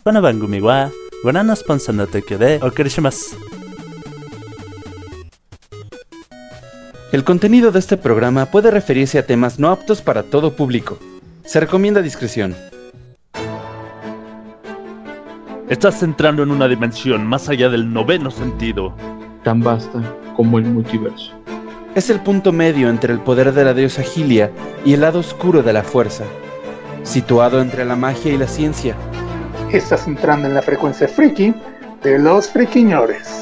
この番組はご覧のスポンサーの提供でお送りします。 El contenido de este programa puede referirse a temas no aptos para todo público. Se recomienda discreción. Estás entrando en una dimensión más allá del noveno sentido. Tan vasta como el multiverso. Es el punto medio entre el poder de la diosa Hylia y el lado oscuro de la fuerza. Situado entre la magia y la ciencia. Estás entrando en la frecuencia friki de los friquiñores.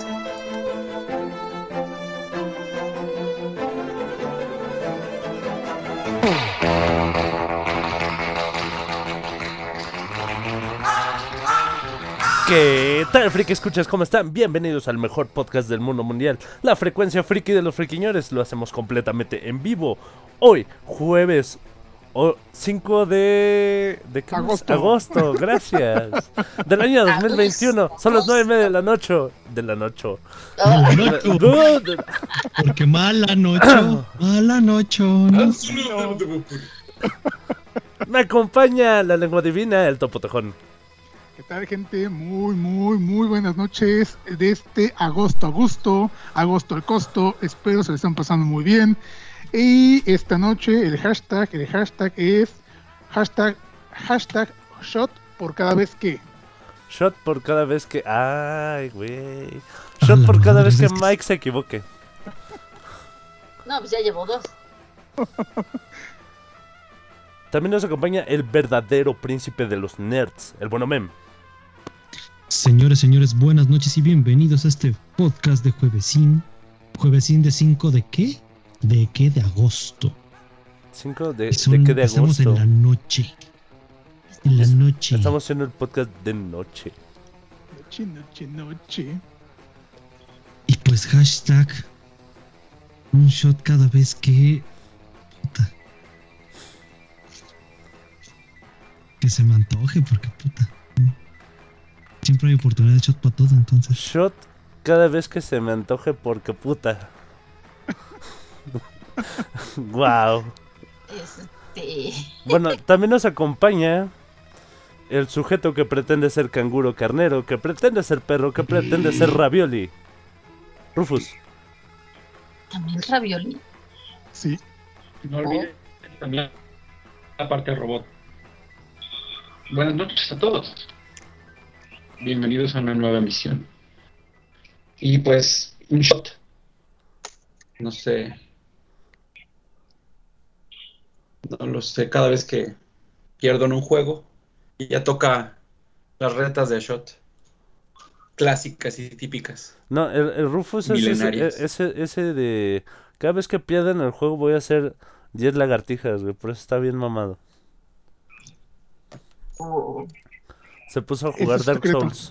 ¿Qué tal, friki escuchas? ¿Cómo están? Bienvenidos al mejor podcast del mundo mundial, la frecuencia friki de los friquiñores. Lo hacemos completamente en vivo. Hoy, jueves 5 de agosto, gracias. Del año 2021. Son las 9:30 de la noche. De la noche. Porque mala noche. Me acompaña la lengua divina, el topo tejón. ¿Qué tal, gente? Muy buenas noches de este agosto el costo. Espero se le estén pasando muy bien. Y esta noche el hashtag es hashtag shot por cada vez que. Shot por cada vez que. Ay, güey. Shot por cada vez que Mike se equivoque. No, pues ya llevo 2. También nos acompaña el verdadero príncipe de los nerds, el bueno Mem. Señores, buenas noches y bienvenidos a este podcast de Juevesín. Juevesín de 5 ¿de qué? ¿De qué? De agosto. 5 de qué de agosto. Estamos en la noche. Estamos haciendo el podcast de noche. Noche. Y pues hashtag un shot cada vez que... Puta. Que se me antoje porque puta. Siempre hay oportunidad de shot para todo, entonces. Shot cada vez que se me antoje porque puta. Wow. Bueno, también nos acompaña el sujeto que pretende ser canguro carnero, que pretende ser perro, que pretende ser ravioli. Rufus. ¿También ravioli? Sí. No olviden también la parte del robot. Buenas noches a todos. Bienvenidos a una nueva emisión. Y pues, un shot. No sé. No lo sé, cada vez que pierdo en un juego, y ya toca las retas de shot. Clásicas y típicas. No, el Rufus es ese de... Cada vez que pierden el juego voy a hacer 10 lagartijas, güey. Por eso está bien mamado. Se puso a jugar Dark Souls.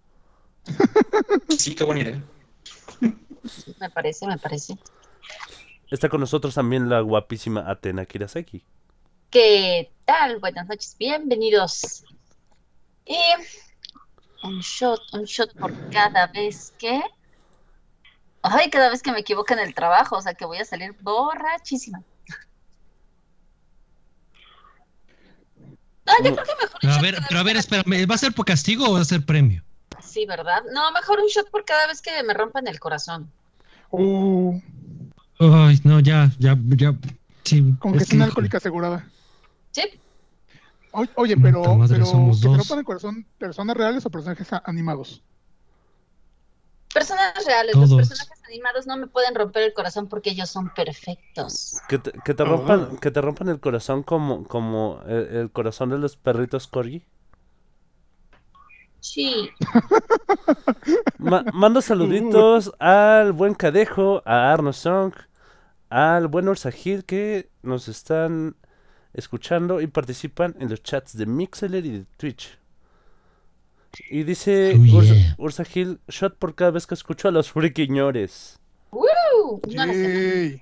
Sí, qué buena idea. Me parece. Está con nosotros también la guapísima Atena Kiraseki. ¿Qué tal? Buenas noches, bienvenidos. Y un shot por cada vez que... Ay, cada vez que me equivoco en el trabajo, o sea que voy a salir borrachísima. No, yo creo que mejor A ver, espérame, ¿va a ser por castigo o va a ser premio? Sí, ¿verdad? No, mejor un shot por cada vez que me rompan el corazón. Ay, no, ya. Sí, Con que es una alcohólica asegurada. Sí. Oye, pero que somos te dos. rompan el corazón, ¿personas reales o personajes animados? Personas reales, Todos. Los personajes animados no me pueden romper el corazón porque ellos son perfectos. Que te rompan el corazón como el corazón de los perritos corgi. Sí. Mando saluditos al buen Cadejo, a Arno Song, al buen Ursagil que nos están escuchando y participan en los chats de Mixler y de Twitch. Y dice Ursagil, shot por cada vez que escucho a los friquiñores. No Yay.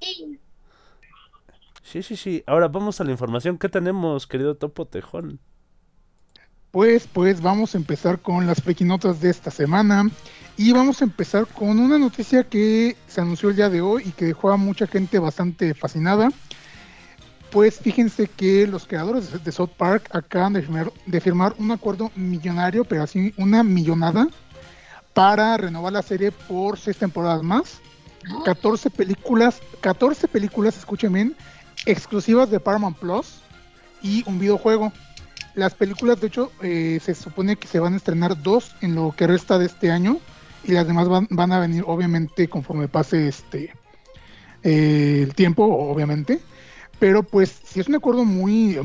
Sí. Ahora vamos a la información. ¿Qué tenemos, querido Topo Tejón? Pues vamos a empezar con las friquinotas de esta semana. Y vamos a empezar con una noticia que se anunció el día de hoy y que dejó a mucha gente bastante fascinada. pues fíjense que los creadores de South Park acaban de firmar un acuerdo millonario, pero así una millonada, para renovar la serie por 6 temporadas más. 14 películas, escuchen bien, exclusivas de Paramount Plus y un videojuego. Las películas, de hecho, se supone que se van a estrenar 2 en lo que resta de este año, y las demás van a venir, obviamente, conforme pase el tiempo, obviamente. Pero pues sí es un acuerdo muy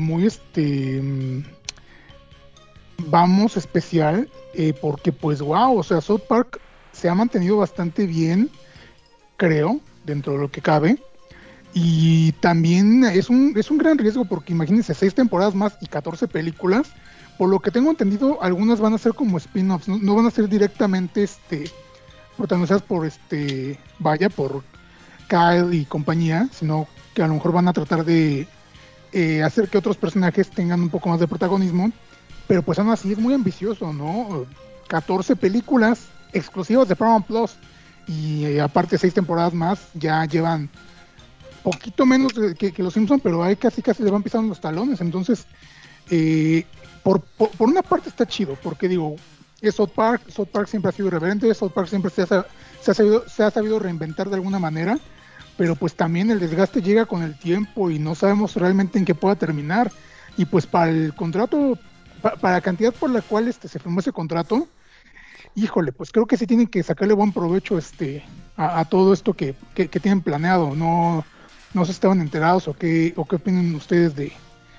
vamos, especial, porque pues wow, o sea, South Park se ha mantenido bastante bien, creo, dentro de lo que cabe. Y también es un gran riesgo, porque imagínense, 6 temporadas más y 14 películas. Por lo que tengo entendido, algunas van a ser como spin-offs, no van a ser directamente protagonizadas por por Kyle y compañía, sino que a lo mejor van a tratar de hacer que otros personajes tengan un poco más de protagonismo. Pero pues aún así es muy ambicioso, ¿no? 14 películas exclusivas de Paramount Plus, y aparte 6 temporadas más, ya llevan poquito menos que los Simpsons, pero ahí casi le van pisando los talones. Entonces, por una parte está chido, porque digo, es South Park siempre ha sido irreverente, South Park siempre se ha sabido reinventar de alguna manera, pero pues también el desgaste llega con el tiempo y no sabemos realmente en qué pueda terminar. Y pues para el contrato, para la cantidad por la cual se firmó ese contrato, híjole, pues creo que sí tienen que sacarle buen provecho a todo esto que tienen planeado. No sé si estaban enterados o qué opinan ustedes de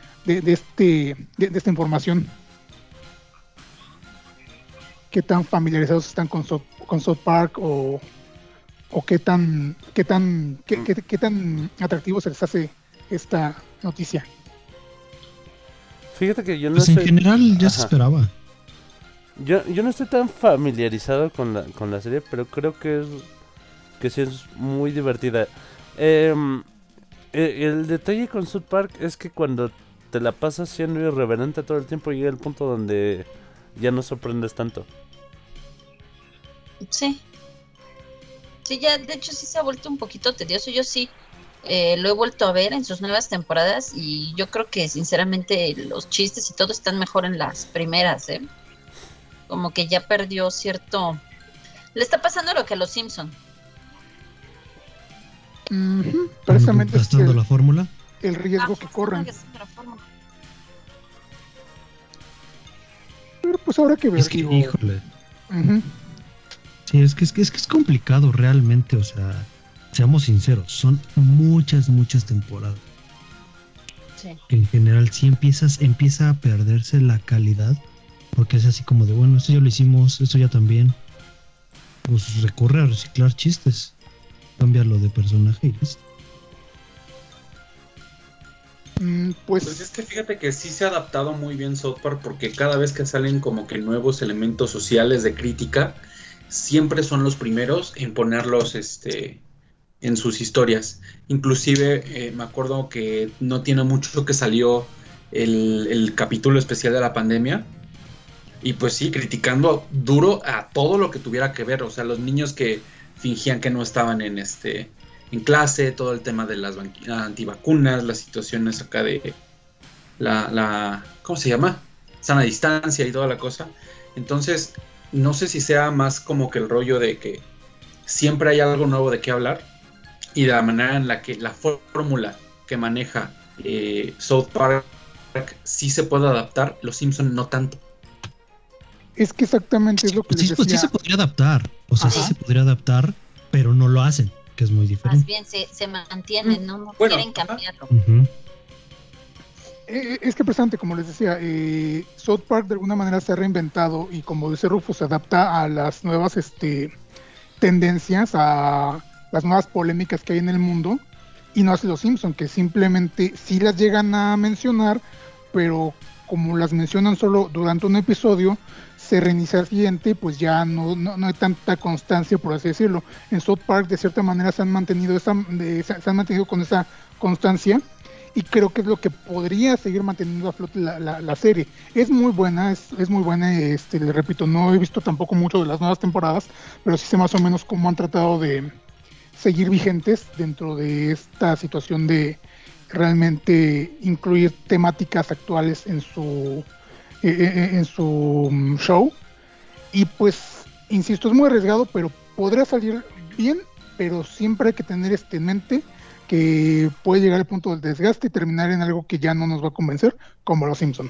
esta información. ¿Qué tan familiarizados están con South Park, o qué tan atractivo se les hace esta noticia? Fíjate que yo no Pues en general ya se esperaba. Yo no estoy tan familiarizado con la serie, pero creo que sí es muy divertida. El detalle con South Park es que cuando te la pasas siendo irreverente todo el tiempo, llega el punto donde ya no sorprendes tanto. Sí. Sí, ya, de hecho sí se ha vuelto un poquito tedioso. Yo sí lo he vuelto a ver en sus nuevas temporadas, y yo creo que sinceramente los chistes y todo están mejor en las primeras, ¿eh? Como que ya perdió cierto... Le está pasando lo que a los Simpson. Precisamente es gastando la fórmula. el riesgo que corren. Pero pues habrá que ver. Es que, híjole. Sí, es que es complicado realmente, o sea, seamos sinceros, son muchas temporadas. Sí. Que en general sí empieza a perderse la calidad, porque es así como de, bueno, esto ya lo hicimos, esto ya también. Pues recurre a reciclar chistes, cambiarlo de personaje y listo. Pues es que fíjate que sí se ha adaptado muy bien South Park, porque cada vez que salen como que nuevos elementos sociales de crítica, siempre son los primeros en ponerlos en sus historias. Inclusive me acuerdo que no tiene mucho que salió el capítulo especial de la pandemia, y pues sí, criticando duro a todo lo que tuviera que ver, o sea, los niños que fingían que no estaban en clase, todo el tema de las antivacunas, las situaciones acá de la ¿cómo se llama? Sana distancia y toda la cosa. Entonces, no sé si sea más como que el rollo de que siempre hay algo nuevo de qué hablar, y de la manera en la que la fórmula que maneja South Park sí se puede adaptar, los Simpson no tanto. Es que exactamente es lo que les decía. Pues sí se podría adaptar, o sea, sí se podría adaptar, pero no lo hacen, que es muy diferente. Más bien se mantienen, no quieren cambiarlo. Es que precisamente, como les decía, South Park de alguna manera se ha reinventado, y como dice Rufo, se adapta a las nuevas tendencias, a las nuevas polémicas que hay en el mundo, y no hace los Simpsons, que simplemente sí las llegan a mencionar, pero como las mencionan solo durante un episodio, se reinicia el siguiente, pues ya no hay tanta constancia, por así decirlo. En South Park de cierta manera se han mantenido con esa constancia, y creo que es lo que podría seguir manteniendo a flote la serie. Es muy buena, es muy buena. Le repito, no he visto tampoco mucho de las nuevas temporadas, pero sí sé más o menos cómo han tratado de seguir vigentes dentro de esta situación de realmente incluir temáticas actuales en su show. Y pues, insisto, es muy arriesgado, pero podría salir bien, pero siempre hay que tener en mente que puede llegar al punto del desgaste y terminar en algo que ya no nos va a convencer, como Los Simpson.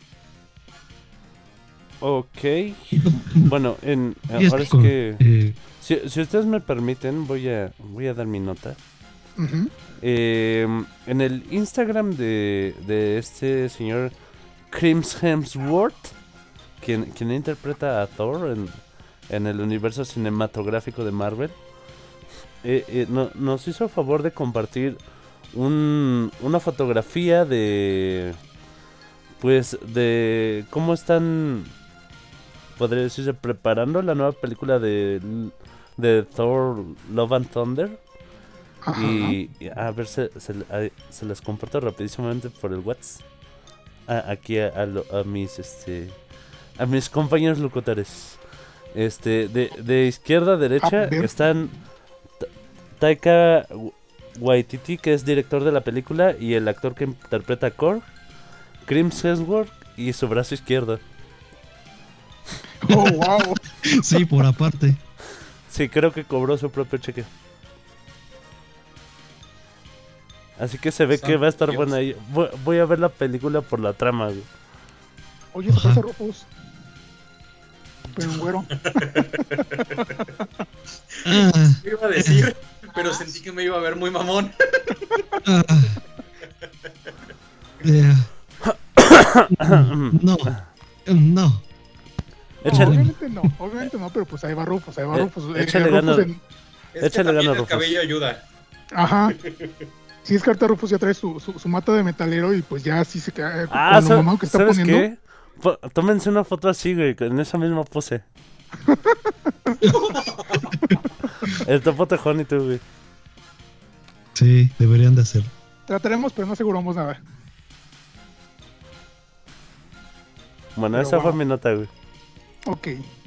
Ok. Bueno, ahora es que... Si ustedes me permiten, voy a dar mi nota. Uh-huh. En el Instagram de este señor Chris Hemsworth, quien interpreta a Thor en el universo cinematográfico de Marvel, nos hizo favor de compartir una fotografía de cómo están, podría decirse, preparando la nueva película de Thor Love and Thunder. Ajá. Y a ver, se las comparto rapidísimamente por el WhatsApp. Aquí a mis compañeros locutores. De izquierda a derecha están Taika Waititi, que es director de la película, y el actor que interpreta a Korg, Chris Hemsworth, y su brazo izquierdo. Oh, wow. Sí, por aparte. Sí, creo que cobró su propio cheque. Así que se ve que va a estar buena ahí. Voy a ver la película por la trama, güey. Oye, se parece Rufus. Pero un güero. Me iba a decir, pero sentí que me iba a ver muy mamón. No. Obviamente no, pero pues ahí va Rufus. Échale ganas. Échale ganas, Rufus. El cabello ayuda. Ajá. Si es carta, Rufus ya trae su mata de metalero y pues ya así se queda con lo mamado que está ¿sabes poniendo. Qué? Tómense una foto así, güey, en esa misma pose. El topo tejón y tú, güey. Sí, deberían de hacerlo. Trataremos, pero no aseguramos nada. Bueno, pero esa fue mi nota, güey. Ok.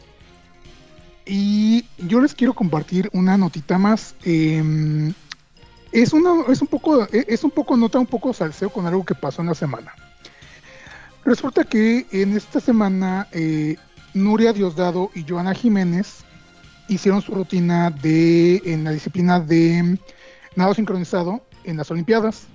Y yo les quiero compartir una notita más. Es un poco nota, un poco salseo con algo que pasó en la semana. Resulta que en esta semana Nuria Diosdado y Joana Jiménez hicieron su rutina en la disciplina de nado sincronizado en las Olimpiadas.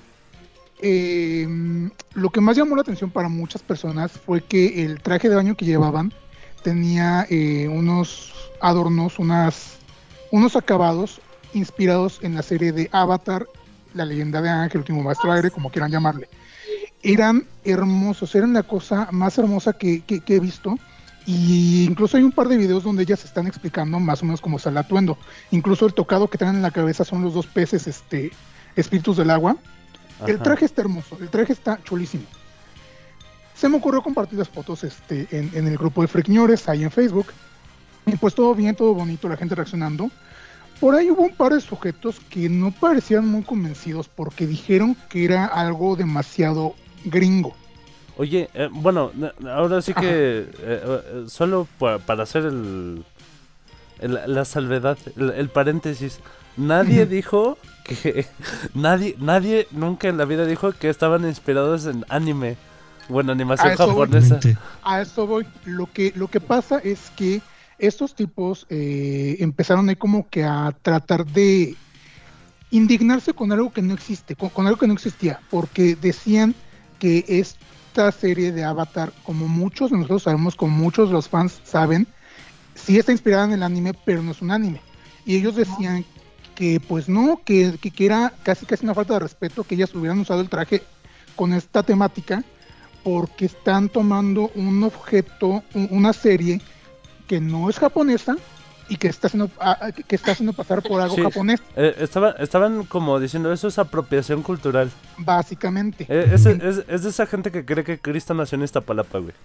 Lo que más llamó la atención para muchas personas fue que el traje de baño que llevaban tenía unos adornos, unos acabados inspirados en la serie de Avatar, La Leyenda de Aang, el último maestro aire, como quieran llamarle. Eran hermosos, eran la cosa más hermosa que he visto. Y incluso hay un par de videos donde ellas están explicando más o menos cómo está el atuendo. Incluso el tocado que traen en la cabeza son los dos peces, espíritus del agua. Ajá. El traje está hermoso, el traje está chulísimo. Se me ocurrió compartir las fotos en el grupo de Freakñores, ahí en Facebook. Y pues todo bien, todo bonito, la gente reaccionando. Por ahí hubo un par de sujetos que no parecían muy convencidos porque dijeron que era algo demasiado gringo. Oye, bueno, ahora sí que solo para hacer la salvedad, el paréntesis, nadie dijo que nadie nunca en la vida dijo que estaban inspirados en anime o en animación japonesa. A eso voy. Lo que pasa es que estos tipos empezaron ahí como que a tratar de indignarse con algo que no existe, con algo que no existía, porque decían que esta serie de Avatar, como muchos de nosotros sabemos, como muchos de los fans saben, sí está inspirada en el anime, pero no es un anime. Y ellos decían que pues no, que era casi una falta de respeto que ellas hubieran usado el traje con esta temática, porque están tomando un objeto, una serie que no es japonesa y que está haciendo pasar por algo japonés. Estaban como diciendo, eso es apropiación cultural. Básicamente. Es de esa gente que cree que Cristo nació en Iztapalapa, güey.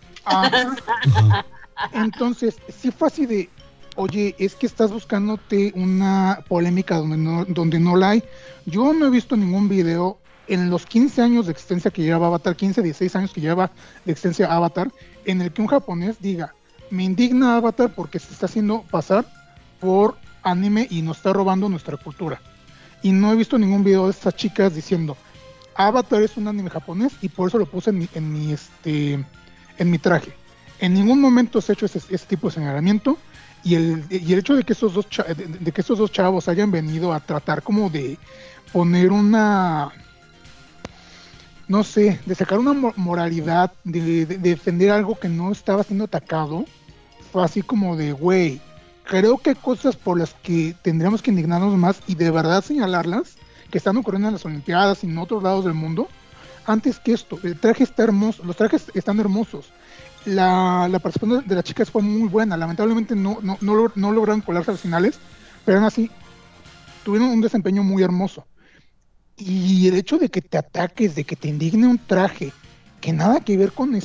Entonces, sí fue así de, oye, es que estás buscándote una polémica donde no la hay. Yo no he visto ningún video en los 15 años de existencia que lleva Avatar, 15, 16 años que lleva de existencia Avatar, en el que un japonés diga, me indigna Avatar porque se está haciendo pasar por anime y nos está robando nuestra cultura. Y no he visto ningún video de estas chicas diciendo, Avatar es un anime japonés y por eso lo puse en mi traje. En ningún momento se ha hecho ese tipo de señalamiento y el hecho de que estos dos chavos hayan venido a tratar como de poner una, no sé, de sacar una moralidad, de defender algo que no estaba siendo atacado, fue así como de, güey, creo que hay cosas por las que tendríamos que indignarnos más y de verdad señalarlas, que están ocurriendo en las Olimpiadas y en otros lados del mundo, antes que esto. El traje está hermoso, los trajes están hermosos. La participación de las chicas fue muy buena, lamentablemente no lograron colarse a las finales, pero aún así tuvieron un desempeño muy hermoso. Y el hecho de que te ataques, de que te indigne un traje, que nada que ver con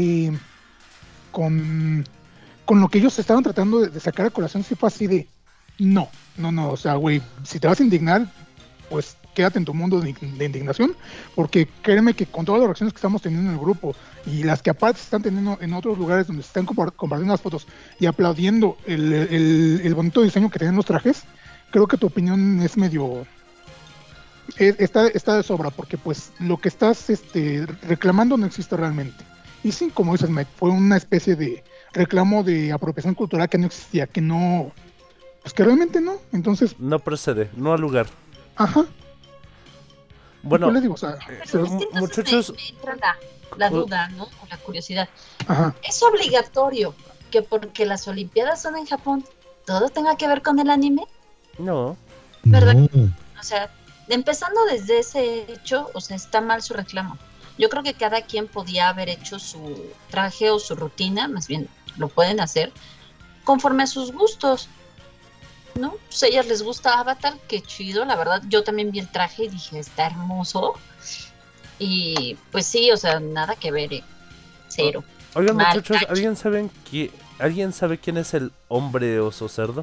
con lo que ellos estaban tratando de sacar a colación, sí fue así de, no, o sea, güey, si te vas a indignar, pues quédate en tu mundo de indignación, porque créeme que con todas las reacciones que estamos teniendo en el grupo y las que aparte se están teniendo en otros lugares donde se están compartiendo las fotos y aplaudiendo el bonito diseño que tienen los trajes, creo que tu opinión es medio... Está de sobra, porque pues lo que estás reclamando no existe realmente. Y sí, como dices, Mike, fue una especie de reclamo de apropiación cultural que no existía, que no... Pues que realmente no, entonces... No procede, no al lugar. Ajá. Bueno, les digo, o sea, muchachos, me entra la duda, ¿no? O la curiosidad. Ajá. ¿Es obligatorio que porque las Olimpiadas son en Japón, todo tenga que ver con el anime? no. ¿Verdad? No. O sea, empezando desde ese hecho, o sea, está mal su reclamo. Yo creo que cada quien podía haber hecho su traje o su rutina, más bien lo pueden hacer, conforme a sus gustos, ¿no? Pues a ellas les gusta Avatar, qué chido, la verdad. Yo también vi el traje y dije, está hermoso. Y pues sí, o sea, nada que ver, cero. Oigan, Mal muchachos, cacho. ¿alguien sabe quién es el hombre oso cerdo?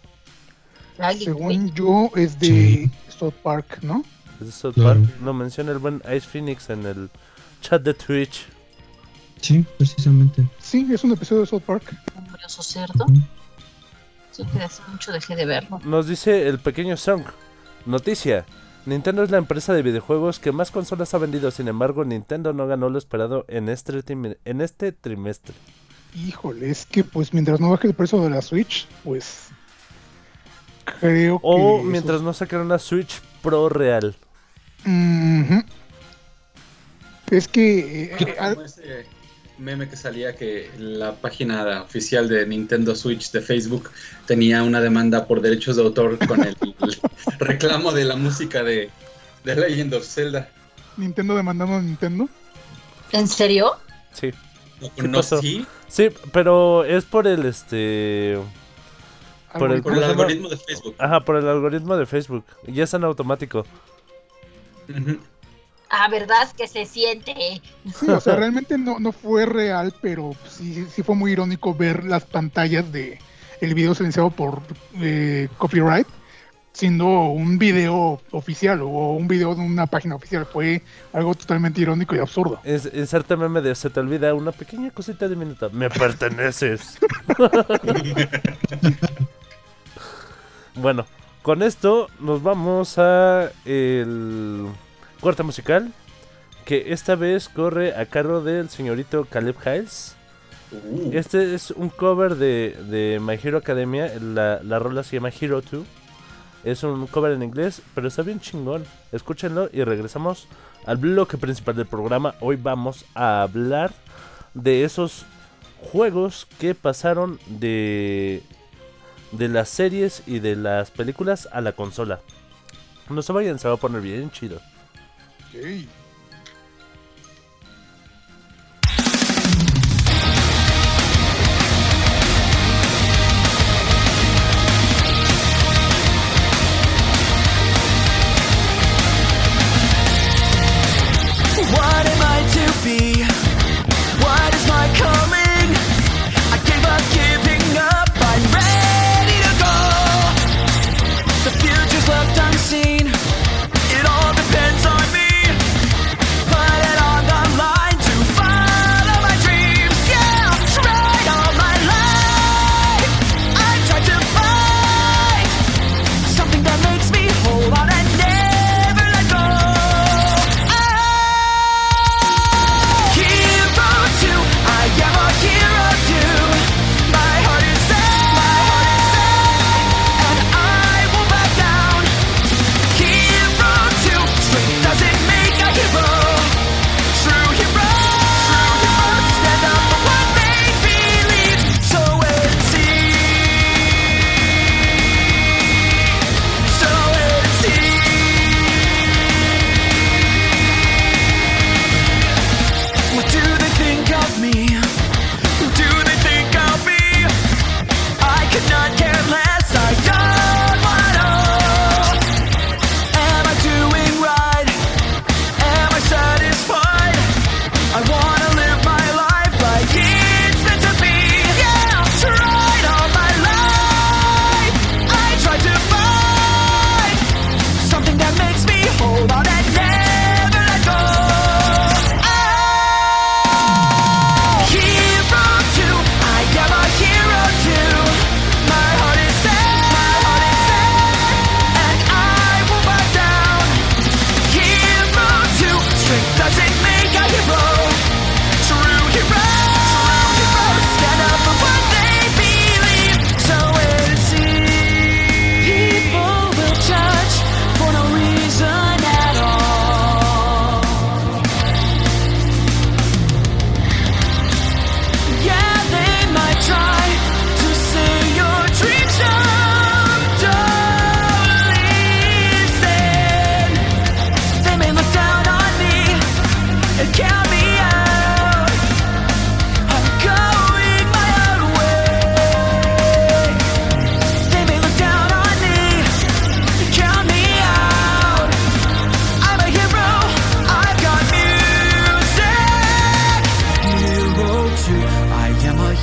Según yo, es de Sí. South Park, ¿no? Es de South Claro. Park. Lo menciona el buen Ice Phoenix en el chat de Twitch. Sí, precisamente. Sí, es un episodio de South Park. Hombre oso cerdo. Ujú. Eso que hace mucho dejé de verlo. Nos dice el pequeño Song. Noticia. Nintendo es la empresa de videojuegos que más consolas ha vendido. Sin embargo, Nintendo no ganó lo esperado en este trimestre. Híjole, es que pues mientras no baje el precio de la Switch, pues creo que... O mientras no sacaron una Switch Pro real. Ujú. Es que... Como ese meme que salía que la página oficial de Nintendo Switch de Facebook tenía una demanda por derechos de autor con el reclamo de la música de Legend of Zelda. Nintendo demandando a Nintendo. ¿En serio? Sí. No, pasó? sí, Sí, pero es por el Por el- por el ¿Cómo se llama? algoritmo de Facebook. Ajá, por el algoritmo de Facebook. Ya es en automático. Ujú. Ah, ¿verdad? Que se siente. Sí, o sea, realmente no fue real, pero sí fue muy irónico ver las pantallas de el video silenciado por copyright, siendo un video oficial o un video de una página oficial. Fue algo totalmente irónico y absurdo. Inserte meme de se te olvida una pequeña cosita diminuta. Me perteneces. Bueno, con esto nos vamos a el corte musical, que esta vez corre a cargo del señorito Caleb Hiles. Este es un cover de My Hero Academia. La rola se llama Hero 2. Es un cover en inglés, pero está bien chingón. Escúchenlo y regresamos al bloque principal del programa. Hoy vamos a hablar de esos juegos que pasaron de las series y de las películas a la consola. No se vayan, se va a poner bien chido. Okay. What am I to be? What is my calling? I gave up giving up, I'm ready to go. The future's left unseen, it all depends on me.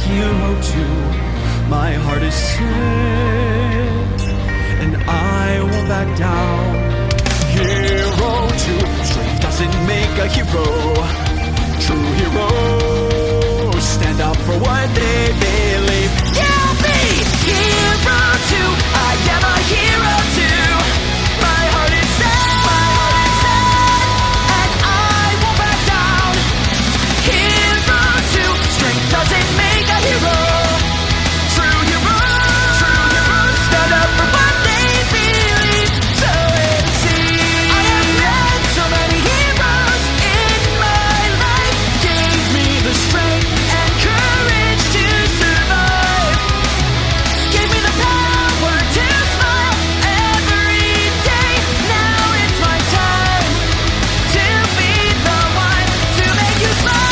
hero too. My heart is set, and I won't back down. Hero too. Strength doesn't make a hero. True heroes stand up for what they believe. You'll be hero too. I am a hero too. My heart is set, and I won't back down. Hero too. Strength doesn't make a hero. True heroes stand up for what they believe. So see, I have met so many heroes in my life. Gave me the strength and courage to survive. Gave me the power to smile every day. Now it's my time to be the one to make you smile.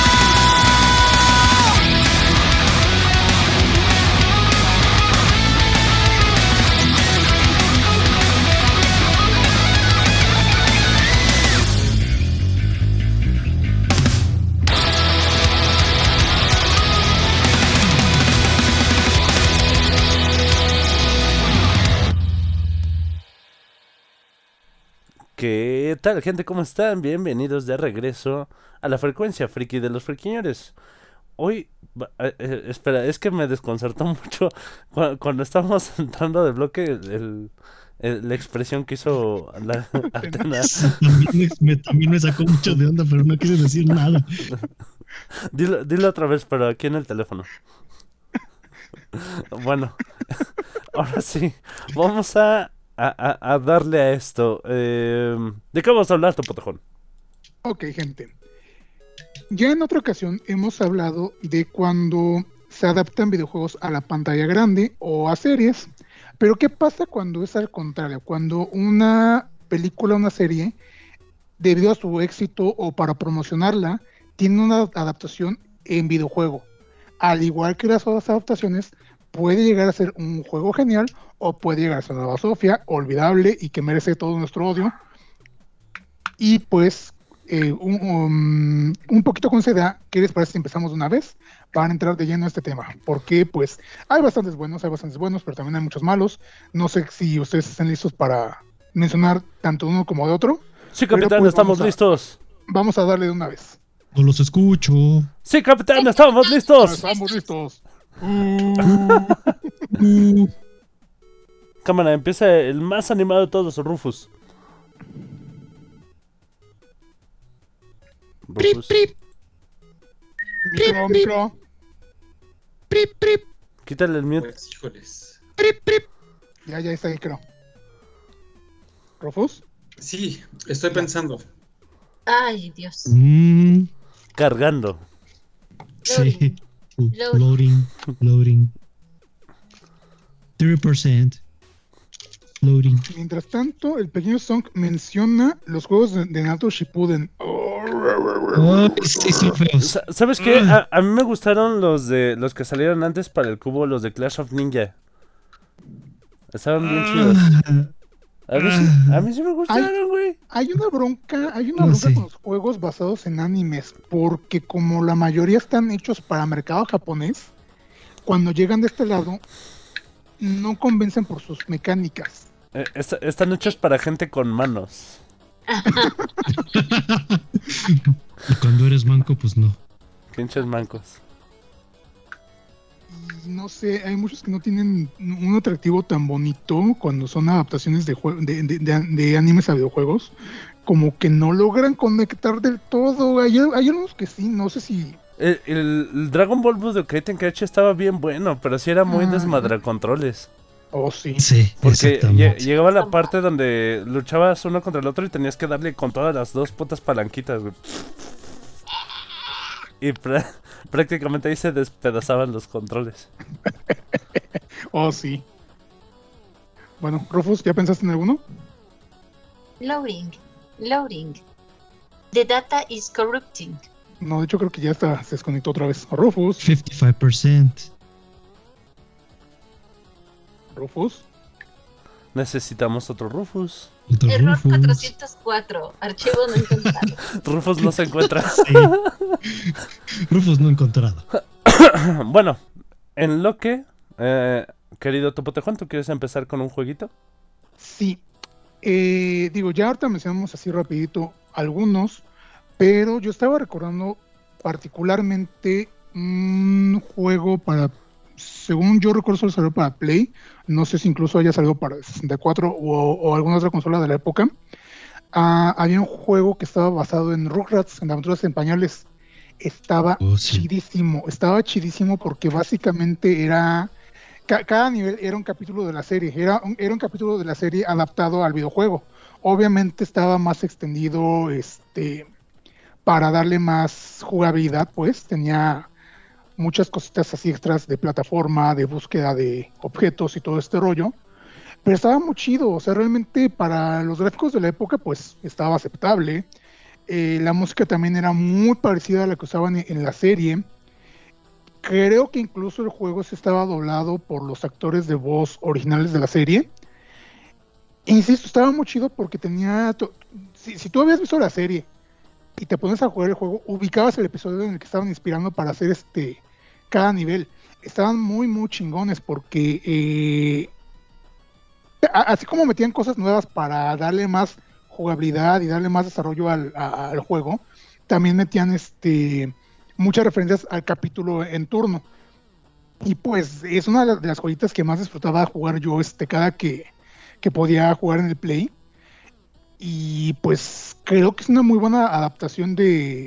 ¿Qué tal, gente? ¿Cómo están? Bienvenidos de regreso a la frecuencia friki de los friquiñores. Hoy, espera, es que me desconcertó mucho cuando estábamos entrando de bloque la expresión que hizo la Atena. También me sacó mucho de onda, pero no quiere decir nada. Dilo otra vez, pero aquí en el teléfono. Bueno, ahora sí, vamos a darle a esto. ¿De qué vamos a hablar, Topotejón? Ok, gente. Ya en otra ocasión hemos hablado de cuando se adaptan videojuegos a la pantalla grande o a series. Pero ¿qué pasa cuando es al contrario? Cuando una película o una serie, debido a su éxito o para promocionarla, tiene una adaptación en videojuego. Al igual que las otras adaptaciones, puede llegar a ser un juego genial o puede llegar a ser una basofia, olvidable y que merece todo nuestro odio. Y pues, un poquito con seda, ¿qué les parece si empezamos de una vez para entrar de lleno a este tema? Porque pues hay bastantes buenos, pero también hay muchos malos. No sé si ustedes están listos para mencionar tanto uno como de otro. Sí, capitán, pues, estamos listos. Vamos a darle de una vez. No los escucho. Sí, capitán, estamos listos. Estamos listos. Cámara, empieza el más animado de todos, Rufus. Prip, prip. Micro. Prip, prip. Quítale el mute. Pues, híjoles. Prip, prip. Ya está ahí, creo. ¿Rufus? Sí, estoy pensando. Ay, Dios. Cargando. Sí. Loading. 3%. Loading. Mientras tanto, el pequeño Song menciona los juegos de Naruto Shippuden. Sí, son feos. ¿Sabes qué? A mí me gustaron los que salieron antes para el cubo, los de Clash of Ninja. Estaban bien chidos. A mí sí me gustaron, güey. Hay una bronca sé. con los juegos basados en animes, porque como la mayoría están hechos para mercado japonés, cuando llegan de este lado, no convencen por sus mecánicas. Están hechos para gente con manos. Y cuando eres manco, pues no. Pinches mancos. Y no sé, hay muchos que no tienen un atractivo tan bonito cuando son adaptaciones de animes a videojuegos, como que no logran conectar del todo. Hay algunos que sí, no sé si... El Dragon Ball Budokai Tenkaichi estaba bien bueno, pero sí era muy desmadracontroles. Oh, sí. Sí, Porque exactamente. llegaba la parte donde luchabas uno contra el otro y tenías que darle con todas las dos putas palanquitas, güey. Y prácticamente ahí se despedazaban los controles. Oh, sí. Bueno, Rufus, ¿ya pensaste en alguno? Loading. The data is corrupting. No, de hecho creo que ya se desconectó otra vez. Rufus. 55%. Rufus. Necesitamos otro Rufus. Otro Error Rufus. 404. Archivo no encontrado. Rufus no se encuentra. Sí. Rufus no encontrado. Bueno, en lo que, querido Topotejón, ¿tú quieres empezar con un jueguito? Sí. Digo, ya ahorita mencionamos así rapidito algunos, pero yo estaba recordando particularmente un juego para, según yo recuerdo, solo salió para Play. No sé si incluso haya salido para 64 o alguna otra consola de la época. Había un juego que estaba basado en Rugrats, en Aventuras en Pañales. Estaba Sí. estaba chidísimo porque básicamente era, cada nivel era un capítulo de la serie, era un capítulo de la serie adaptado al videojuego. Obviamente estaba más extendido, para darle más jugabilidad, pues tenía muchas cositas así extras de plataforma, de búsqueda de objetos y todo este rollo. Pero estaba muy chido, o sea, realmente para los gráficos de la época, pues estaba aceptable. La música también era muy parecida a la que usaban en la serie. Creo que incluso el juego se estaba doblado por los actores de voz originales de la serie. E insisto, estaba muy chido porque tenía... Si tú habías visto la serie y te pones a jugar el juego, ubicabas el episodio en el que estaban inspirando para hacer cada nivel. Estaban muy, muy chingones porque así como metían cosas nuevas para darle más jugabilidad y darle más desarrollo al juego, también metían muchas referencias al capítulo en turno. Y pues es una de las joyitas que más disfrutaba jugar yo cada que podía jugar en el Play. Y pues creo que es una muy buena adaptación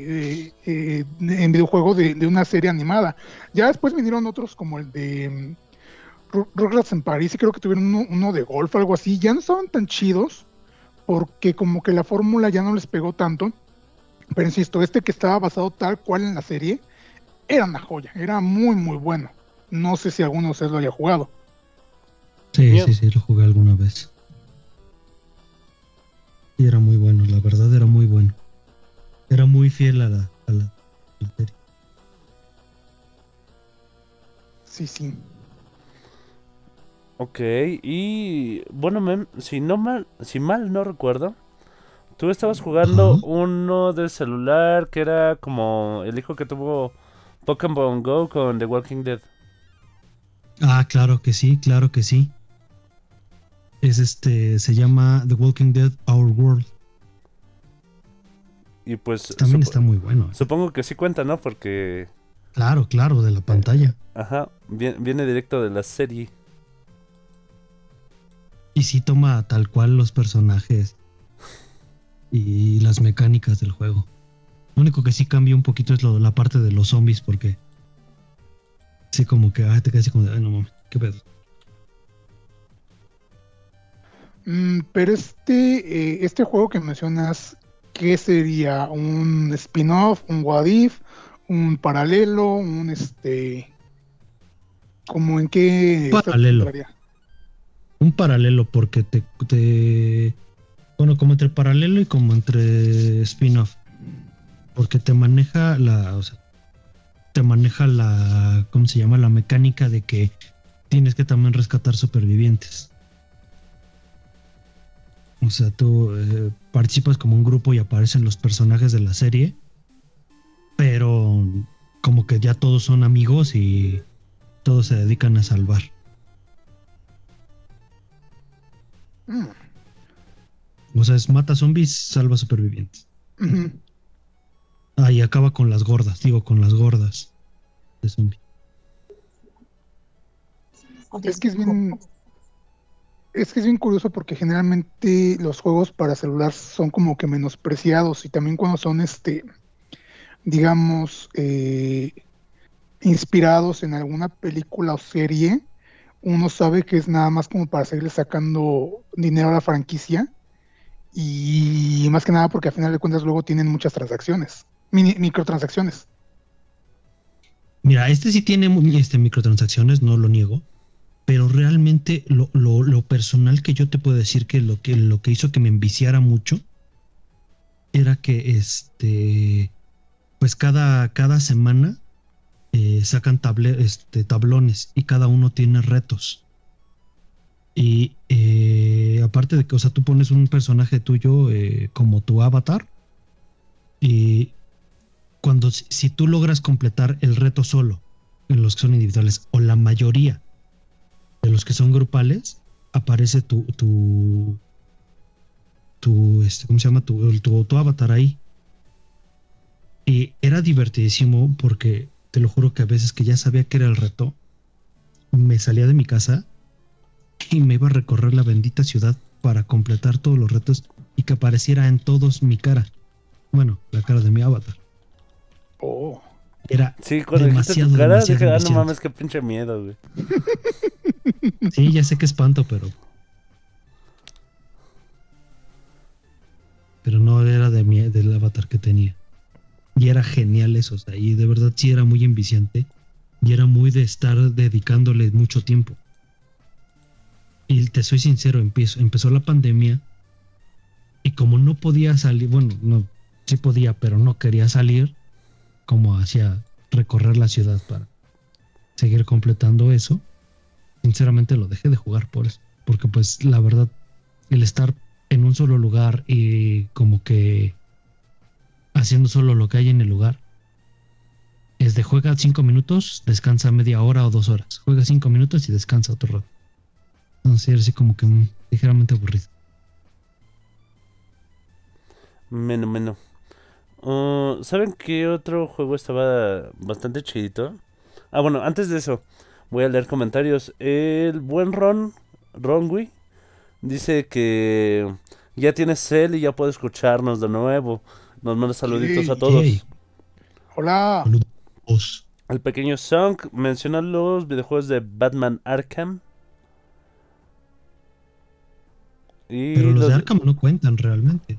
en videojuego de una serie animada. Ya después vinieron otros como el de Rugrats en París, y creo que tuvieron uno de golf, algo así. Ya no estaban tan chidos porque como que la fórmula ya no les pegó tanto. Pero insisto, que estaba basado tal cual en la serie era una joya, era muy muy bueno. No sé si alguno de ustedes lo haya jugado. Sí, Bien. sí, lo jugué alguna vez. Y era muy bueno, la verdad era muy bueno. Era muy fiel a la serie. Sí, sí. Ok, y bueno, si mal no recuerdo, tú estabas jugando Ajá. uno de celular que era como el hijo que tuvo Pokémon Go con The Walking Dead. Ah, claro que sí, claro que sí. Es se llama The Walking Dead Our World. Y pues También está muy bueno. supongo que sí cuenta, ¿no? Porque... Claro, de la pantalla. Ajá, viene directo de la serie. Y sí toma tal cual los personajes y las mecánicas del juego. Lo único que sí cambia un poquito es la parte de los zombies, porque sí como que te quedas así como de, ay no mames, qué pedo. Pero este juego que mencionas, ¿qué sería? ¿Un spin-off? ¿Un what if? ¿Un paralelo? ¿Cómo en qué Paralelo. entraría? Un paralelo porque bueno, como entre paralelo y como entre spin-off. Porque te maneja ¿cómo se llama? La mecánica de que tienes que también rescatar supervivientes. O sea, tú participas como un grupo y aparecen los personajes de la serie, pero como que ya todos son amigos y todos se dedican a salvar. O sea, es mata zombies, salva supervivientes. Uh-huh. Y acaba con las gordas de zombies. Es que es bien curioso porque generalmente los juegos para celular son como que menospreciados, y también cuando son digamos inspirados en alguna película o serie, uno sabe que es nada más como para seguirle sacando dinero a la franquicia, y más que nada porque al final de cuentas luego tienen muchas transacciones, microtransacciones. Mira, sí tiene microtransacciones, no lo niego, pero realmente lo personal que yo te puedo decir que lo que hizo que me enviciara mucho era que pues cada semana sacan tablones y cada uno tiene retos. Y aparte de que, o sea, tú pones un personaje tuyo como tu avatar, y si tú logras completar el reto solo en los que son individuales, o la mayoría de los que son grupales, aparece tu ¿cómo se llama? Tu avatar ahí. Y era divertidísimo porque te lo juro que a veces que ya sabía que era el reto, me salía de mi casa y me iba a recorrer la bendita ciudad para completar todos los retos y que apareciera en todos mi cara. Bueno, la cara de mi avatar. Oh. Era Sí, cuando dijiste tu demasiado, cara, demasiado, dije, no demasiado. mames, qué pinche miedo, güey. Sí, ya sé que espanto, pero no era del avatar que tenía. Y era genial eso, o sea, y de verdad sí era muy enviciante y era muy de estar dedicándole mucho tiempo. Y te soy sincero, empezó la pandemia y como no podía salir, bueno, no, sí podía, pero no quería salir, como hacia recorrer la ciudad para seguir completando eso, sinceramente lo dejé de jugar por eso, porque pues la verdad, el estar en un solo lugar y como que haciendo solo lo que hay en el lugar, es de juega 5 minutos, descansa media hora o 2 horas, juega 5 minutos y descansa otro rato. Entonces era así como que ligeramente aburrido. Menos. ¿Saben qué otro juego estaba bastante chidito? Ah, bueno, antes de eso, voy a leer comentarios. El buen Ronwi, dice que ya tiene cel y ya puede escucharnos de nuevo. Nos manda saluditos a todos. Yay. Hola. Saludos. El pequeño Song menciona los videojuegos de Batman Arkham. Y Pero los de Arkham no cuentan realmente.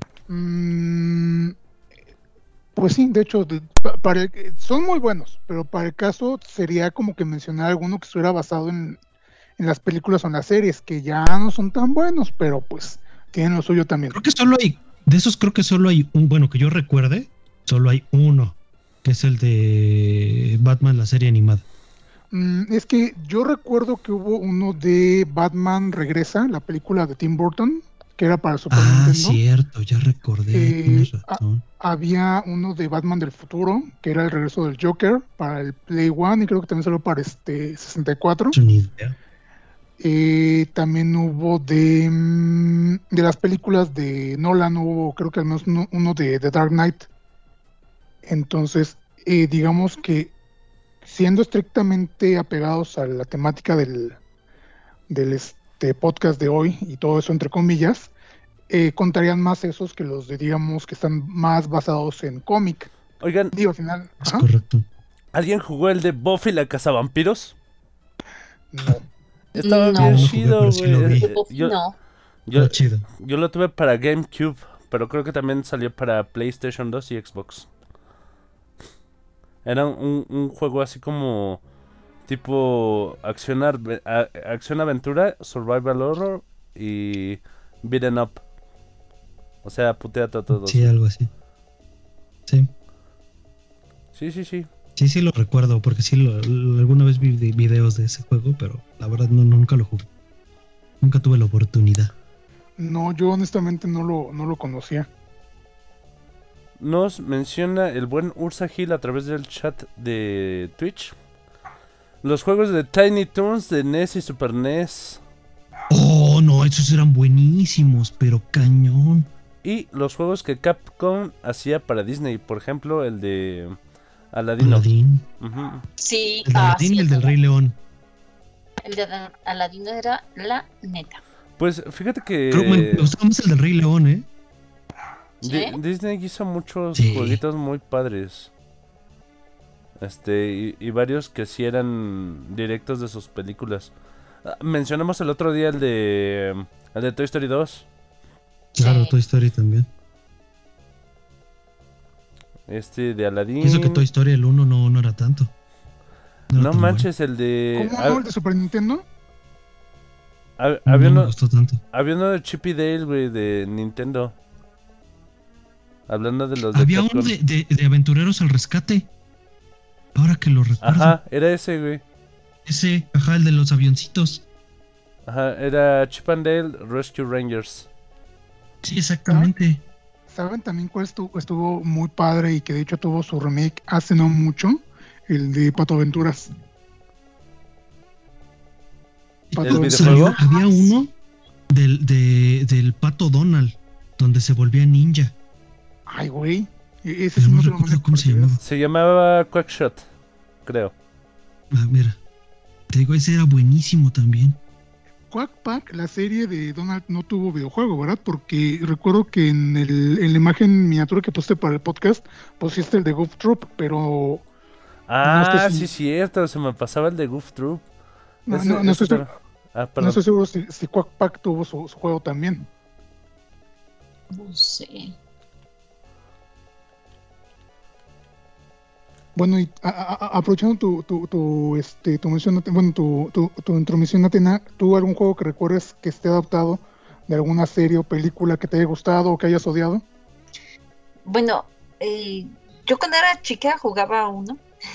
Pues sí, de hecho, son muy buenos, pero para el caso sería como que mencionar alguno que estuviera basado en las películas o en las series, que ya no son tan buenos, pero pues tienen lo suyo también. Creo que solo hay, de esos creo que solo hay un, bueno, que yo recuerde, solo hay uno, que es el de Batman, la serie animada. Es que yo recuerdo que hubo uno de Batman Regresa, la película de Tim Burton, que era para Super Nintendo. Cierto, ya recordé, tienes razón. Había uno de Batman del futuro, que era el regreso del Joker para el Play One, y creo que también salió para 64. Ni idea. También hubo de las películas de Nolan, hubo creo que al menos uno de The Dark Knight. Entonces, digamos que siendo estrictamente apegados a la temática del podcast de hoy, y todo eso entre comillas, contarían más esos que los de, digamos, que están más basados en cómic. Oigan, Digo, al final... Es correcto. ¿alguien jugó el de Buffy la cazavampiros? No. Estaba No. bien No, chido, pero sí lo vi. güey. No. Está chido. Yo lo tuve para GameCube, pero creo que también salió para PlayStation 2 y Xbox. Era un juego así como tipo acción-aventura, survival horror y beat'em up. O sea, puteate a todos. Sí, algo así. Sí. Sí. Sí lo recuerdo, porque sí, alguna vez vi videos de ese juego, pero la verdad nunca lo jugué. Nunca tuve la oportunidad. No, yo honestamente no lo conocía. Nos menciona el buen Ursa Gil a través del chat de Twitch. Los juegos de Tiny Toons de NES y Super NES. Oh, no, esos eran buenísimos, pero cañón. Y los juegos que Capcom hacía para Disney. Por ejemplo, el de Aladino. Aladdin. Ujú. Sí, El de Aladdin y el del Rey León. El de Aladino era la neta. Pues fíjate Creo que me gustaba más el del Rey León, ¿eh? ¿Sí? Disney hizo muchos Sí. jueguitos muy padres. Y varios que sí eran directos de sus películas. Mencionamos el otro día el de Toy Story 2. Claro, Sí. Toy Story también. De Aladdin. Y eso que Toy Story el 1 no era tanto. era No tan manches, el de. ¿Cómo no? ¿El de Super Nintendo? bueno. Había No me uno, gustó tanto. había uno de Chip y Dale, güey, de Nintendo. Hablando de los de Había Capcom. uno de Aventureros al Rescate. Ahora que lo recuerdo. Ajá, era ese, güey. Ese, ajá, el de los avioncitos. Ajá, era Chip and Dale Rescue Rangers. Sí, exactamente. ¿Saben también cuál estuvo muy padre y que de hecho tuvo su remake hace no mucho? El de Pato Aventuras. Pato ¿El Donald. videojuego? Había uno del Pato Donald, donde se volvía ninja. Ay, güey. Ese Pero sí no no se lo recuerdo mandé cómo se llamaba. Se llamaba Quackshot, creo. Ah, mira, te digo, ese era buenísimo también. Quack Pack, la serie de Donald, no tuvo videojuego, ¿verdad? Porque recuerdo que en la imagen miniatura que puse para el podcast, pusiste el de Goof Troop, pero no sé Ah, si. sí, cierto, se me pasaba el de Goof Troop. No, Ese, no, no ese estoy, también. Ah, no perdón. estoy seguro si Quack Pack tuvo su juego también. No sé. Bueno, y aprovechando tu mención, bueno, tu intromisión, Atena, ¿tú algún juego que recuerdes que esté adaptado de alguna serie o película que te haya gustado o que hayas odiado? Bueno, yo cuando era chica jugaba uno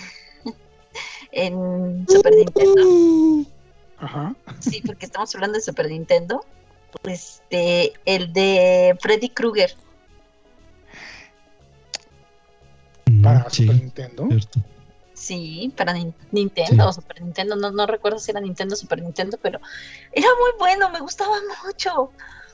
en Super Nintendo. Ajá. Sí, porque estamos hablando de Super Nintendo. El de Freddy Krueger. Para Sí, Super Nintendo. cierto. Sí, para Nintendo Sí. o Super Nintendo. No recuerdo si era Nintendo o Super Nintendo, pero era muy bueno, me gustaba mucho.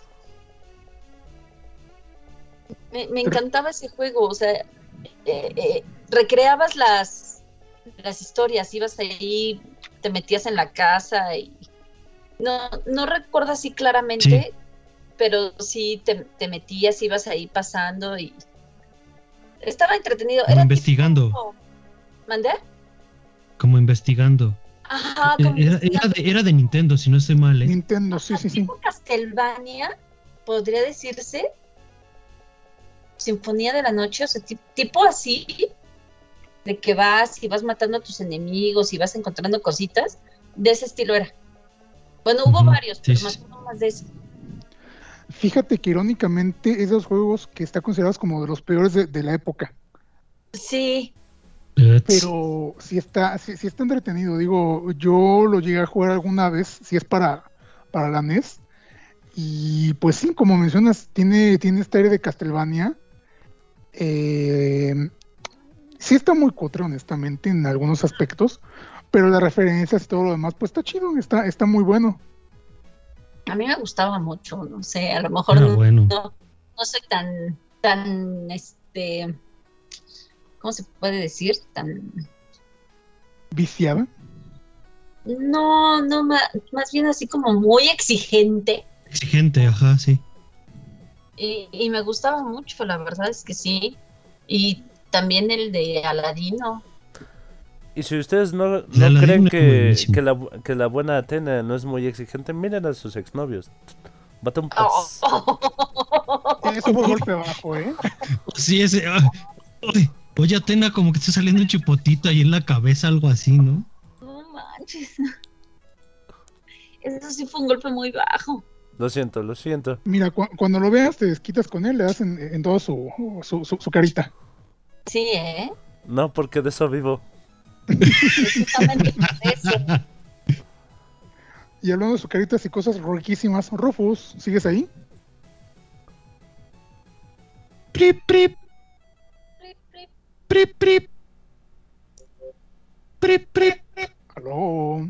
Me encantaba ese juego, o sea, recreabas las historias, ibas ahí, te metías en la casa y no recuerdo así claramente, Sí. pero sí te metías, ibas ahí pasando y estaba entretenido. Como Era investigando. tipo... ¿Mandé? Como investigando. Ajá, como Era de Nintendo, si no estoy mal, ¿eh? Nintendo, sí. tipo Castlevania, podría decirse. Sinfonía de la Noche, o sea, tipo así, de que vas y vas matando a tus enemigos y vas encontrando cositas, de ese estilo era. Bueno, hubo varios, Sí, pero sí, más sí. uno más de ese. Fíjate que irónicamente es de los juegos que está considerados como de los peores de la época. Sí, Pero sí está entretenido. Digo, yo lo llegué a jugar alguna vez, si es para la NES. Y pues sí, como mencionas, tiene esta área de Castlevania. Sí está muy cutre, honestamente, en algunos aspectos. Pero las referencias y todo lo demás, pues está chido, está muy bueno. a mí me gustaba mucho, no sé, a lo mejor Era bueno. no soy tan, ¿cómo se puede decir? ¿Viciada? No, más bien así como muy exigente. Exigente, ajá, sí. Y me gustaba mucho, la verdad es que sí. Y también el de Aladino. Y si ustedes no Aladino creen es buenísimo. que la buena Atena no es muy exigente, miren a sus exnovios. Bate un Oh, paz. Eso fue golpe bajo, ¿eh? Sí, ese. Uy, oye, Atena, como que está saliendo un chipotito ahí en la cabeza, algo así, ¿no? no manches. Eso sí fue un golpe muy bajo. Lo siento. Mira, cuando lo veas, te desquitas con él, le das en todo su carita. Sí, ¿eh? No, porque de eso vivo. Precisamente por eso. Y hablando de su caritas y cosas riquísimas, Rufus, ¿sigues ahí? Prip, prip, prip, prip. Prip, prip. Aló.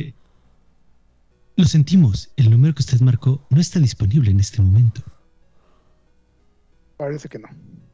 Lo sentimos, el número que usted marcó no está disponible en este momento. Parece que no.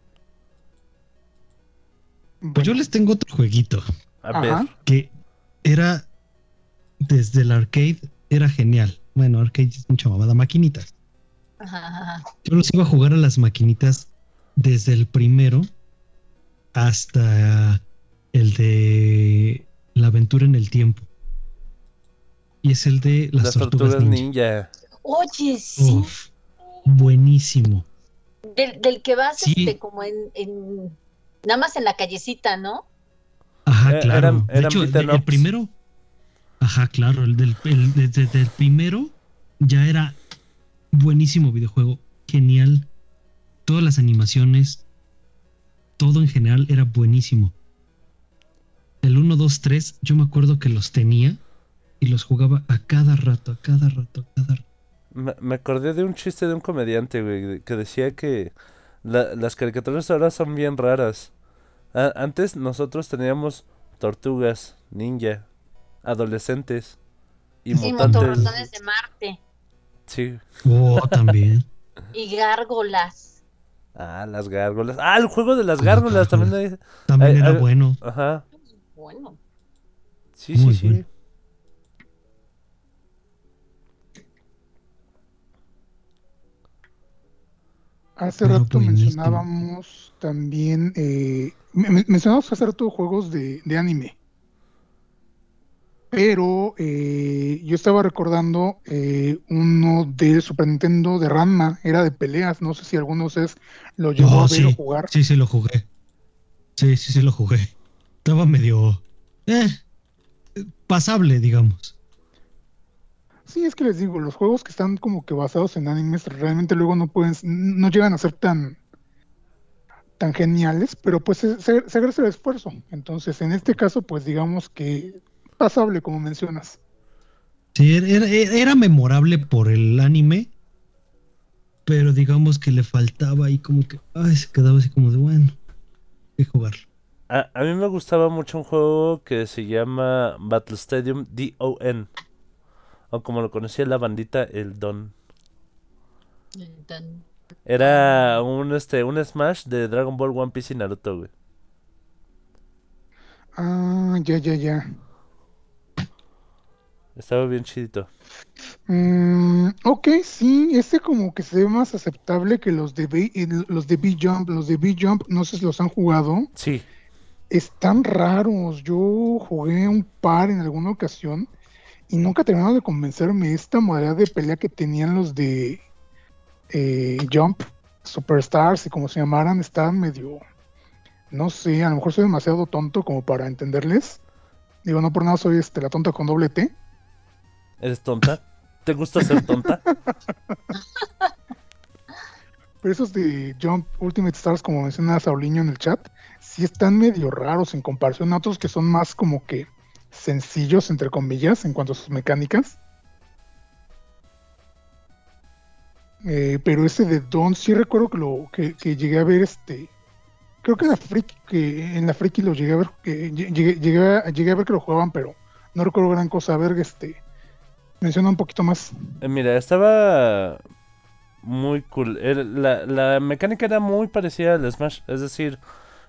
Pues yo Bueno, les tengo otro jueguito A Ajá. ver. que era desde el arcade, era genial. Bueno, arcade es mucha mamada, maquinitas. Ajá. Yo los iba a jugar a las maquinitas desde el primero hasta el de la aventura en el tiempo. Y es el de las tortugas ninja. Oye, sí. Uf, buenísimo. Del que vas Sí. como nada más en la callecita, ¿no? Ajá, claro. De eran hecho, beaten el ups. primero. Ajá, claro. Desde el primero ya era buenísimo videojuego. Genial. Todas las animaciones. Todo en general era buenísimo. El 1, 2, 3, yo me acuerdo que los tenía y los jugaba a cada rato. Me acordé de un chiste de un comediante, güey, que decía que las caricaturas ahora son bien raras. Antes nosotros teníamos tortugas, ninja, adolescentes. Y Sí, mutantes. motorratones de Marte. Sí. Oh, también. Y gárgolas. Ah, las gárgolas. Ah, el juego de las gárgolas también. También era hay- bueno. Ajá. Bueno. Sí, Muy sí, sí. bueno. Hace Pero rato buenísimo. mencionábamos también, mencionamos hace rato juegos de anime, pero yo estaba recordando uno de Super Nintendo de Ranma, era de peleas, no sé si alguno de ustedes lo llegó a Oh, ver o sí. jugar. Sí, lo jugué. Sí, lo jugué. Estaba medio pasable, digamos. Sí, es que les digo, los juegos que están como que basados en animes realmente luego no llegan a ser tan geniales, pero pues se agradece el esfuerzo. Entonces, en este caso, pues digamos que pasable, como mencionas. Sí, era memorable por el anime, pero digamos que le faltaba ahí como que, ay, se quedaba así como de, bueno, hay que jugarlo. A mí me gustaba mucho un juego que se llama Battle Stadium DON. O como lo conocía la bandita, el Don. Era un Smash de Dragon Ball, One Piece y Naruto, güey. Ah, ya. Estaba bien chidito. Ok, sí, este como que se ve más aceptable que los de B-Jump. Los de B-Jump, no sé si los han jugado. Sí. Están raros. Yo jugué un par en alguna ocasión y nunca terminaron de convencerme esta modalidad de pelea que tenían los de Jump, Superstars y como se llamaran, estaban medio, no sé, a lo mejor soy demasiado tonto como para entenderles. Digo, no por nada soy la tonta con doble T. ¿Eres tonta? ¿Te gusta ser tonta? Pero esos de Jump Ultimate Stars, como menciona Sauliño en el chat, sí están medio raros en comparación a otros que son más como que sencillos, entre comillas, en cuanto a sus mecánicas. Pero ese de Dawn sí recuerdo que llegué a ver creo que en la Friki lo llegué a ver, que llegué a ver que lo jugaban, pero no recuerdo gran cosa. A ver, menciona un poquito más. Mira, estaba muy cool. La mecánica era muy parecida al Smash. Es decir,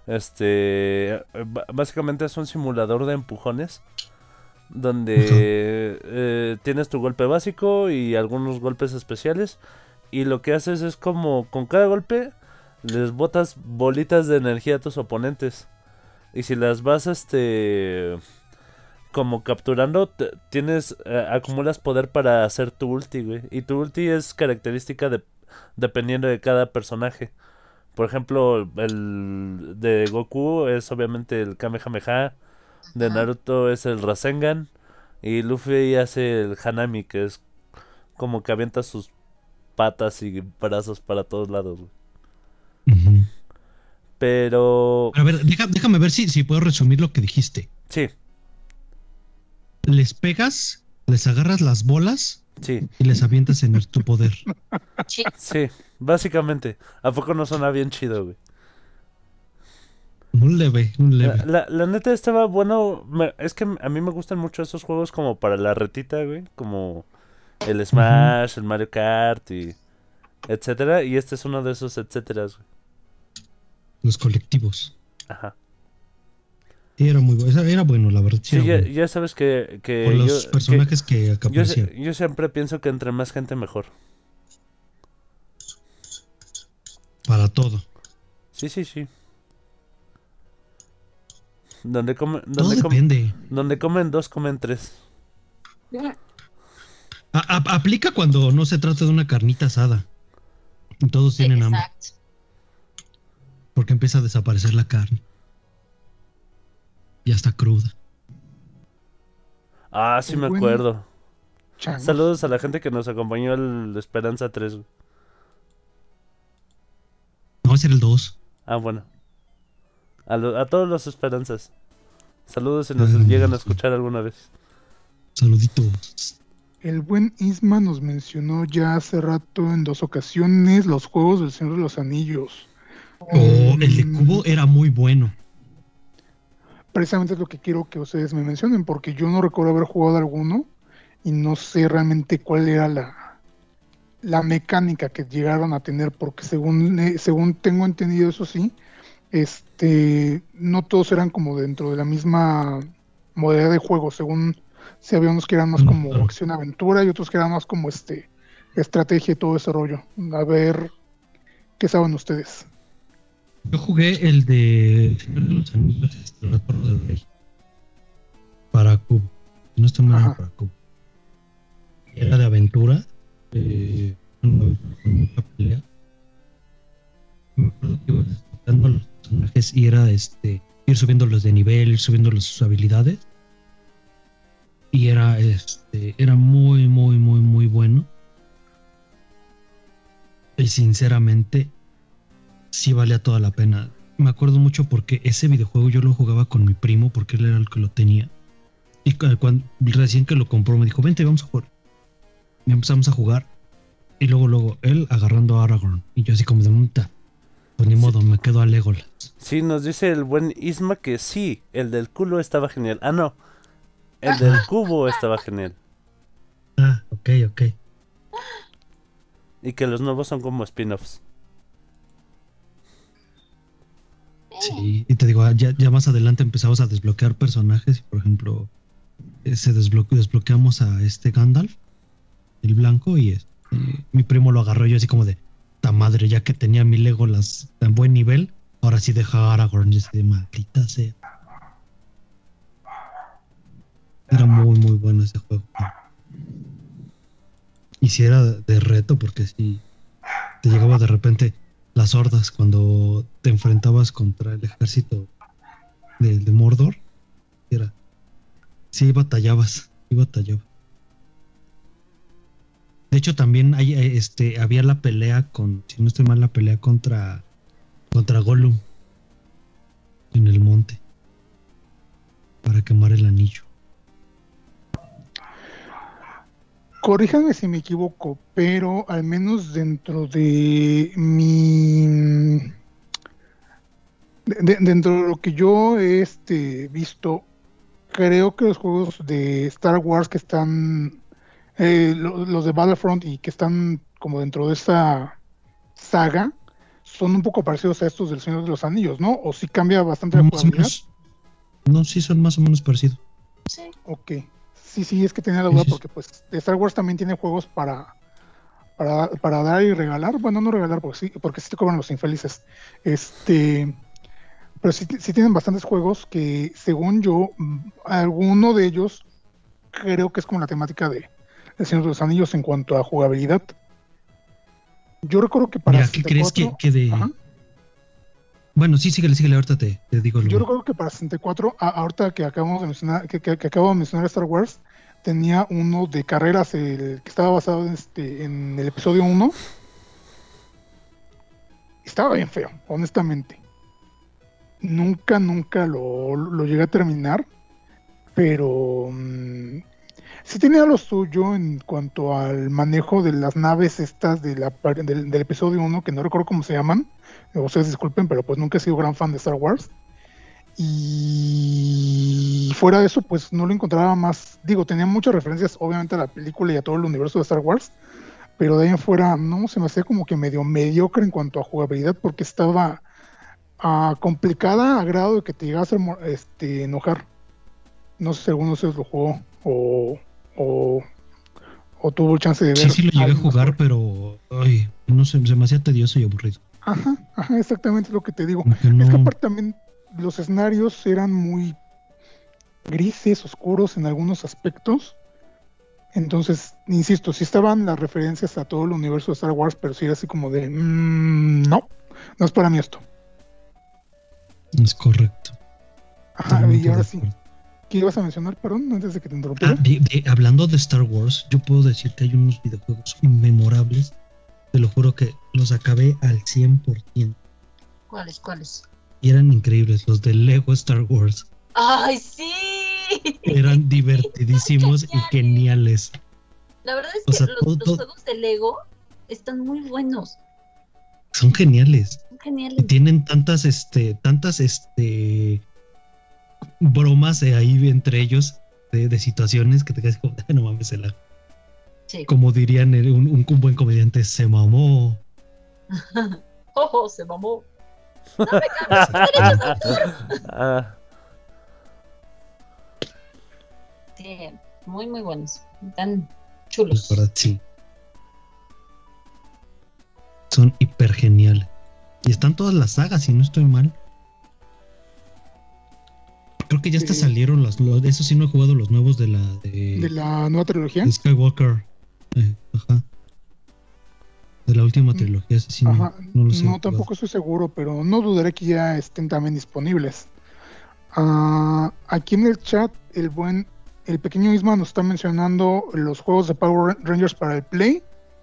básicamente es un simulador de empujones. Donde tienes tu golpe básico y algunos golpes especiales. Y lo que haces es como con cada golpe les botas bolitas de energía a tus oponentes. Y si las vas como capturando, acumulas poder para hacer tu ulti, güey. Y tu ulti es característica dependiendo de cada personaje. Por ejemplo, el de Goku es obviamente el Kamehameha. De Naruto es el Rasengan. Y Luffy hace el Hanami, que es como que avienta sus patas y brazos para todos lados, güey. Ujú. Pero... A ver, déjame ver si puedo resumir lo que dijiste. Sí, Les pegas, les agarras las bolas sí, y les avientas en tu poder. Sí. sí. Básicamente. ¿A poco no suena bien chido, güey? Un leve. La neta estaba bueno. Es que a mí me gustan mucho esos juegos como para la retita, güey. Como el Smash, el Mario Kart y etcétera. Y este es uno de esos etcéteras, güey. Los colectivos. Ajá. Y era muy bueno. Era bueno, la verdad. Sí, Sí, era bueno. ya sabes que Por los personajes que yo aparecían. yo siempre pienso que entre más gente mejor. Para todo. Sí, sí, sí. Donde Todo depende. donde comen dos, comen tres. Aplica cuando no se trata de una carnita asada. Y todos tienen hambre. Exacto. Porque empieza a desaparecer la carne. Ya está cruda. Ah, sí El me buen acuerdo. Changos. Saludos a la gente que nos acompañó al Esperanza 3. güey. No, ese era el 2. Ah, bueno. A todos los Esperanzas. Saludos si nos llegan a escuchar alguna vez. Saluditos. El buen Isma nos mencionó ya hace rato en 2 ocasiones los juegos del Señor de los Anillos. Oh, el de Cubo era muy bueno. Precisamente es lo que quiero que ustedes me mencionen, porque yo no recuerdo haber jugado alguno. y no sé realmente cuál era la mecánica que llegaron a tener, porque según tengo entendido, eso sí, no todos eran como dentro de la misma modalidad de juego, según si había unos que eran más como Claro. acción-aventura y otros que eran más como estrategia y todo ese rollo. A ver, ¿qué saben ustedes? Yo jugué el de Señor de los Anillos, el Retorno del Rey. Para Cubo. Si no estoy mal, Ajá. era para Cubo. Era de aventura. Con mucha pelea. Me acuerdo que ibas desbloqueando a los personajes y era ir subiéndolos de nivel, ir subiéndolos sus habilidades. Y era muy, muy, muy, muy bueno. Y sinceramente, sí valía toda la pena. Me acuerdo mucho porque ese videojuego yo lo jugaba con mi primo porque él era el que lo tenía. Y recién que lo compró me dijo, vente, vamos a jugar. Y empezamos a jugar. Y luego él agarrando a Aragorn. Y yo así como de muta. Pues ni modo, me quedo a Legolas. Sí, nos dice el buen Isma que sí, el del culo estaba genial. Ah, no, el del cubo estaba genial. Ah, ok. Y que los nuevos son como spin-offs. Sí, y te digo, ya más adelante empezamos a desbloquear personajes. Y por ejemplo, desbloqueamos a Gandalf, el blanco, y mi primo lo agarró yo así como de, ta madre, ya que tenía mi Legolas en buen nivel, ahora sí deja a Aragorn. Y así de, maldita sea. Era muy, muy bueno ese juego. Y si era de reto, porque si te llegaba de repente las hordas cuando te enfrentabas contra el ejército de Mordor, sí batallabas. De hecho, también había la pelea si no estoy mal, la pelea contra Gollum en el monte para quemar el anillo. Corríjanme si me equivoco, pero al menos dentro de dentro de lo que yo he visto, creo que los juegos de Star Wars que están, los de Battlefront y que están como dentro de esa saga, son un poco parecidos a estos del Señor de los Anillos, ¿no? ¿O sí cambia bastante la Más o jugabilidad? menos. No, sí son más o menos parecidos. Sí. Ok. Sí, es que tenía la duda Sí. porque pues Star Wars también tiene juegos para dar y regalar. Bueno, no regalar porque sí te cobran los infelices. Pero sí tienen bastantes juegos que, según yo, alguno de ellos creo que es como la temática de El Señor de los Anillos en cuanto a jugabilidad. Yo recuerdo que para Mira, ¿qué crees 64... que de...? Ajá. Bueno, sí, síguele, ahorita te digo Yo luego. recuerdo que para 64, ahorita que acabamos de mencionar, que acabo de mencionar Star Wars, tenía uno de carreras, el que estaba basado en el episodio 1. Estaba bien feo, honestamente. Nunca lo llegué a terminar, pero sí tenía lo suyo en cuanto al manejo de las naves estas del episodio 1, que no recuerdo cómo se llaman. Ustedes disculpen, pero pues nunca he sido gran fan de Star Wars. Y fuera de eso, pues no lo encontraba más. Digo, tenía muchas referencias, obviamente, a la película y a todo el universo de Star Wars, pero de ahí en fuera, no, se me hacía como que medio mediocre en cuanto a jugabilidad, porque estaba complicada a grado de que te llegaba a hacer enojar. No sé si alguno de ustedes lo jugó o tuvo el chance de ver. Sí lo llegué a algo jugar, mejor. pero no sé, se me hacía tedioso y aburrido. Ajá, exactamente lo que te digo. Como que Es que no. aparte también los escenarios eran muy grises, oscuros en algunos aspectos. Entonces, insisto, sí estaban las referencias a todo el universo de Star Wars, pero sí era así como de, no es para mí esto. Es correcto. Ajá, Totalmente y ahora de sí, acuerdo. ¿qué ibas a mencionar, perdón, antes de que te interrumpiera? Hablando de Star Wars, yo puedo decir que hay unos videojuegos memorables. Te lo juro que los acabé al 100%. ¿Cuáles? Y eran increíbles, los de Lego Star Wars. ¡Ay, sí! Eran divertidísimos y geniales. La verdad es O que sea, los juegos de Lego están muy buenos. Son geniales. Son Y geniales. tienen tantas bromas ahí entre ellos de situaciones que te quedas como, no mames, Sí. como dirían un buen comediante, se mamó. Ojo, se mamó. No me cambies los derechos de autor. Ah, Sí, muy, muy buenos. Tan La chulos. verdad, sí. Son hiper geniales. Y están todas las sagas, si no estoy mal. Creo que ya hasta Sí. salieron eso sí no he jugado los nuevos de De la nueva trilogía. de Skywalker. Ajá. De la última Mm, trilogía, ese sí Ajá, no los he no, jugado. tampoco estoy seguro, pero no dudaré que ya estén también disponibles. Aquí en el chat, el pequeño Isma nos está mencionando los juegos de Power Rangers para el Play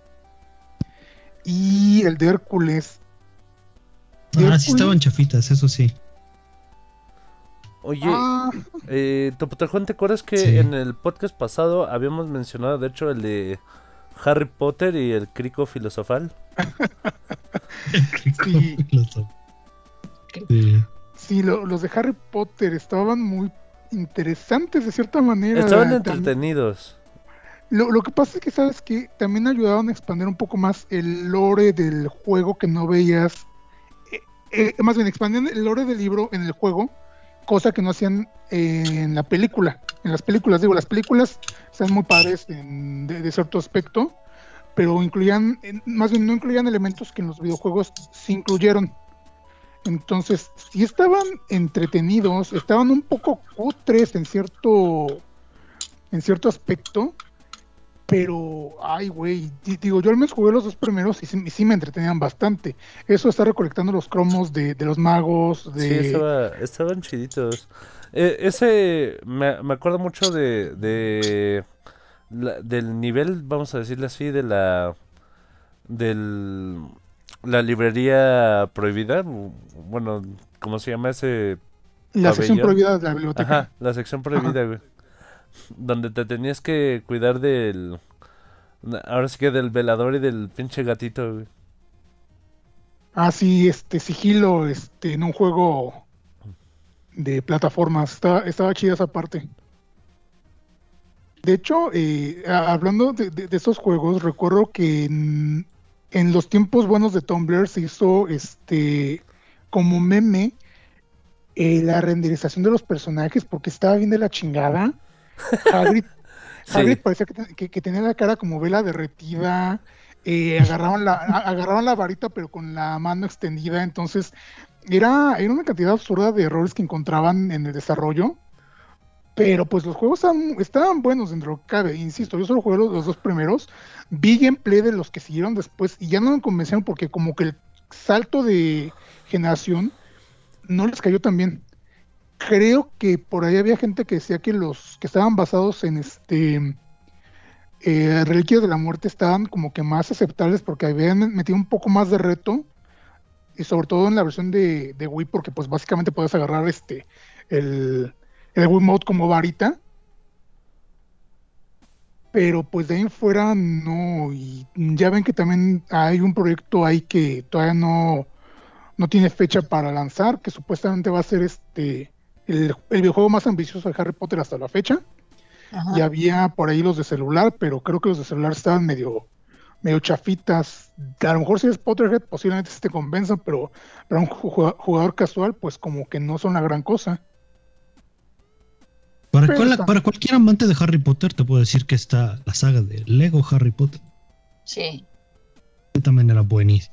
y el de Hércules. Sí Hércules, estaban chafitas, eso sí. oye, ah, Topotejón, ¿te acuerdas que Sí. en el podcast pasado habíamos mencionado, de hecho, el de Harry Potter y el crico filosofal? Sí. Sí. sí, los de Harry Potter estaban muy interesantes de cierta manera. Estaban Tam- entretenidos. Lo que pasa es que, ¿sabes que también ayudaron a expandir un poco más el lore del juego que no veías? Más bien, expandían el lore del libro en el juego, cosa que no hacían en la película. En las películas, digo, las películas están muy padres de cierto aspecto, pero más bien no incluían elementos que en los videojuegos sí incluyeron. Entonces, sí estaban entretenidos, estaban un poco cutres en cierto aspecto, pero, ay, güey, digo, yo al menos jugué los dos primeros y sí me entretenían bastante. Eso está recolectando los cromos de los magos, Sí, estaban chiditos. Ese me acuerdo mucho del nivel, vamos a decirle así, del la librería prohibida. Bueno, ¿cómo se llama ese la sección pabellón? prohibida de la biblioteca. Ajá, la sección prohibida, güey. Donde te tenías que cuidar ahora sí que del velador y del pinche gatito, güey. Ah, sí, sigilo, en un juego de plataformas. Estaba chida esa parte. De hecho, hablando de estos juegos, recuerdo que en los tiempos buenos de Tumblr se hizo como meme la renderización de los personajes porque estaba bien de la chingada. Hagrid, Sí, Hagrid parecía que tenía la cara como vela derretida. Agarraban la varita pero con la mano extendida. Entonces era una cantidad absurda de errores que encontraban en el desarrollo. Pero pues los juegos estaban buenos dentro de lo que cabe. Insisto, yo solo jugué los dos primeros. Vi gameplay de los que siguieron después y ya no me convencieron porque como que el salto de generación no les cayó tan bien. Creo que por ahí había gente que decía que los que estaban basados en Reliquias de la Muerte estaban como que más aceptables porque habían metido un poco más de reto y sobre todo en la versión de Wii porque pues básicamente puedes agarrar el, el Wiimote como varita, pero pues de ahí en fuera no, y ya ven que también hay un proyecto ahí que todavía no tiene fecha para lanzar, que supuestamente va a ser el videojuego más ambicioso de Harry Potter hasta la fecha. Ajá. Y había por ahí los de celular, pero creo que los de celular estaban medio chafitas. A lo mejor si es Potterhead, posiblemente se te convenzan, pero para un jugador casual, pues como que no son la gran cosa. Para cualquier amante de Harry Potter, te puedo decir que está la saga de Lego Harry Potter. Sí. Que también era buenísima.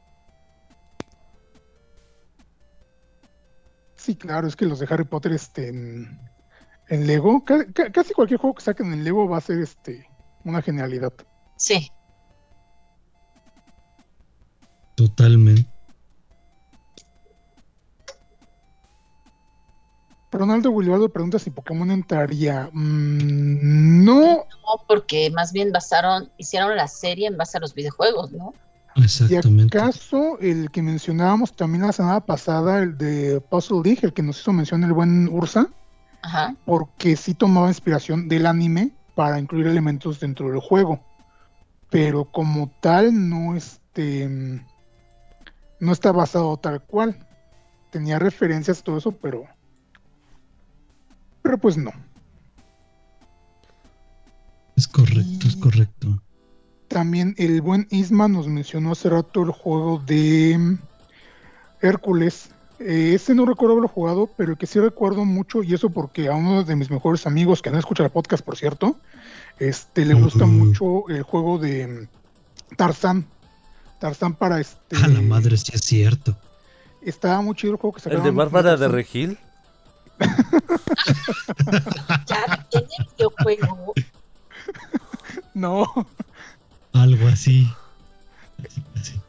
Sí, claro, es que los de Harry Potter en Lego, casi cualquier juego que saquen en Lego va a ser una genialidad. Sí. Totalmente. Ronaldo Wilbardo pregunta si Pokémon entraría. No, No, porque más bien hicieron la serie en base a los videojuegos, ¿no? y Exactamente. acaso el que mencionábamos también la semana pasada, el de Puzzle League, el que nos hizo mención el buen Ursa, Ajá. porque sí tomaba inspiración del anime para incluir elementos dentro del juego, pero como tal no está basado tal cual. Tenía referencias y todo eso, pero pues no. Es correcto, es correcto. También el buen Isma nos mencionó hace rato el juego de Hércules. Ese no recuerdo haberlo jugado, pero el que sí recuerdo mucho, y eso porque a uno de mis mejores amigos, que no escucha el podcast, por cierto, le gusta mucho el juego de Tarzán. Tarzán para A la madre, sí es cierto. Estaba muy chido el juego que ¿El sacaron. de Bárbara de Tarzán. Regil? Ya tiene videojuego. No. Algo así. Sí.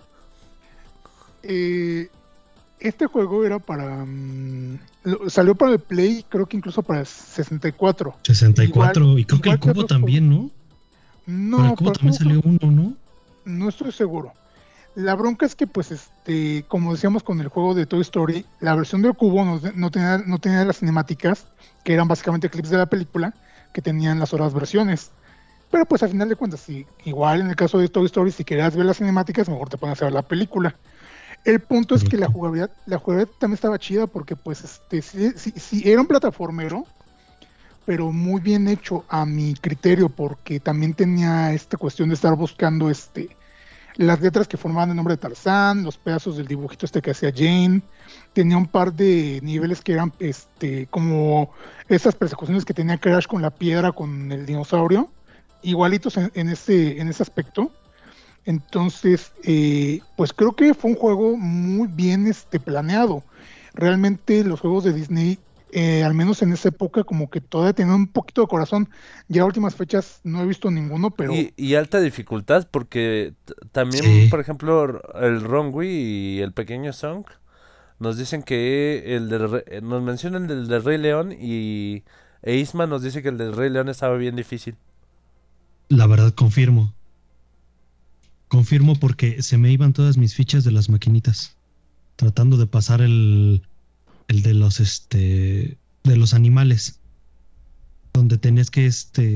Este juego era para... salió para el Play, creo que incluso para el 64. 64, y creo que el igual que cubo otros también, ¿no? No, Para el cubo también salió uno, ¿no? No estoy seguro. La bronca es que, pues, como decíamos con el juego de Toy Story, la versión del cubo no tenía las cinemáticas, que eran básicamente clips de la película, que tenían las otras versiones. Pero, pues, al final de cuentas, igual en el caso de Toy Story, si querías ver las cinemáticas, mejor te pones a ver la película. El punto es que la jugabilidad también estaba chida porque, pues, sí, era un plataformero, pero muy bien hecho a mi criterio, porque también tenía esta cuestión de estar buscando las letras que formaban el nombre de Tarzán, los pedazos del dibujito que hacía Jane. Tenía un par de niveles que eran como esas persecuciones que tenía Crash con la piedra, con el dinosaurio, igualitos en ese aspecto. Entonces, pues creo que fue un juego muy bien planeado. Realmente los juegos de Disney, al menos en esa época, como que todavía tenían un poquito de corazón. Ya a últimas fechas no he visto ninguno, pero... Y alta dificultad, porque también, Sí. por ejemplo, el Rongui y el Pequeño Song nos dicen que nos mencionan el del Rey León e Isma nos dice que el del Rey León estaba bien difícil. La verdad, confirmo. Confirmo porque se me iban todas mis fichas de las maquinitas. Tratando de pasar el de los animales. Donde tenías que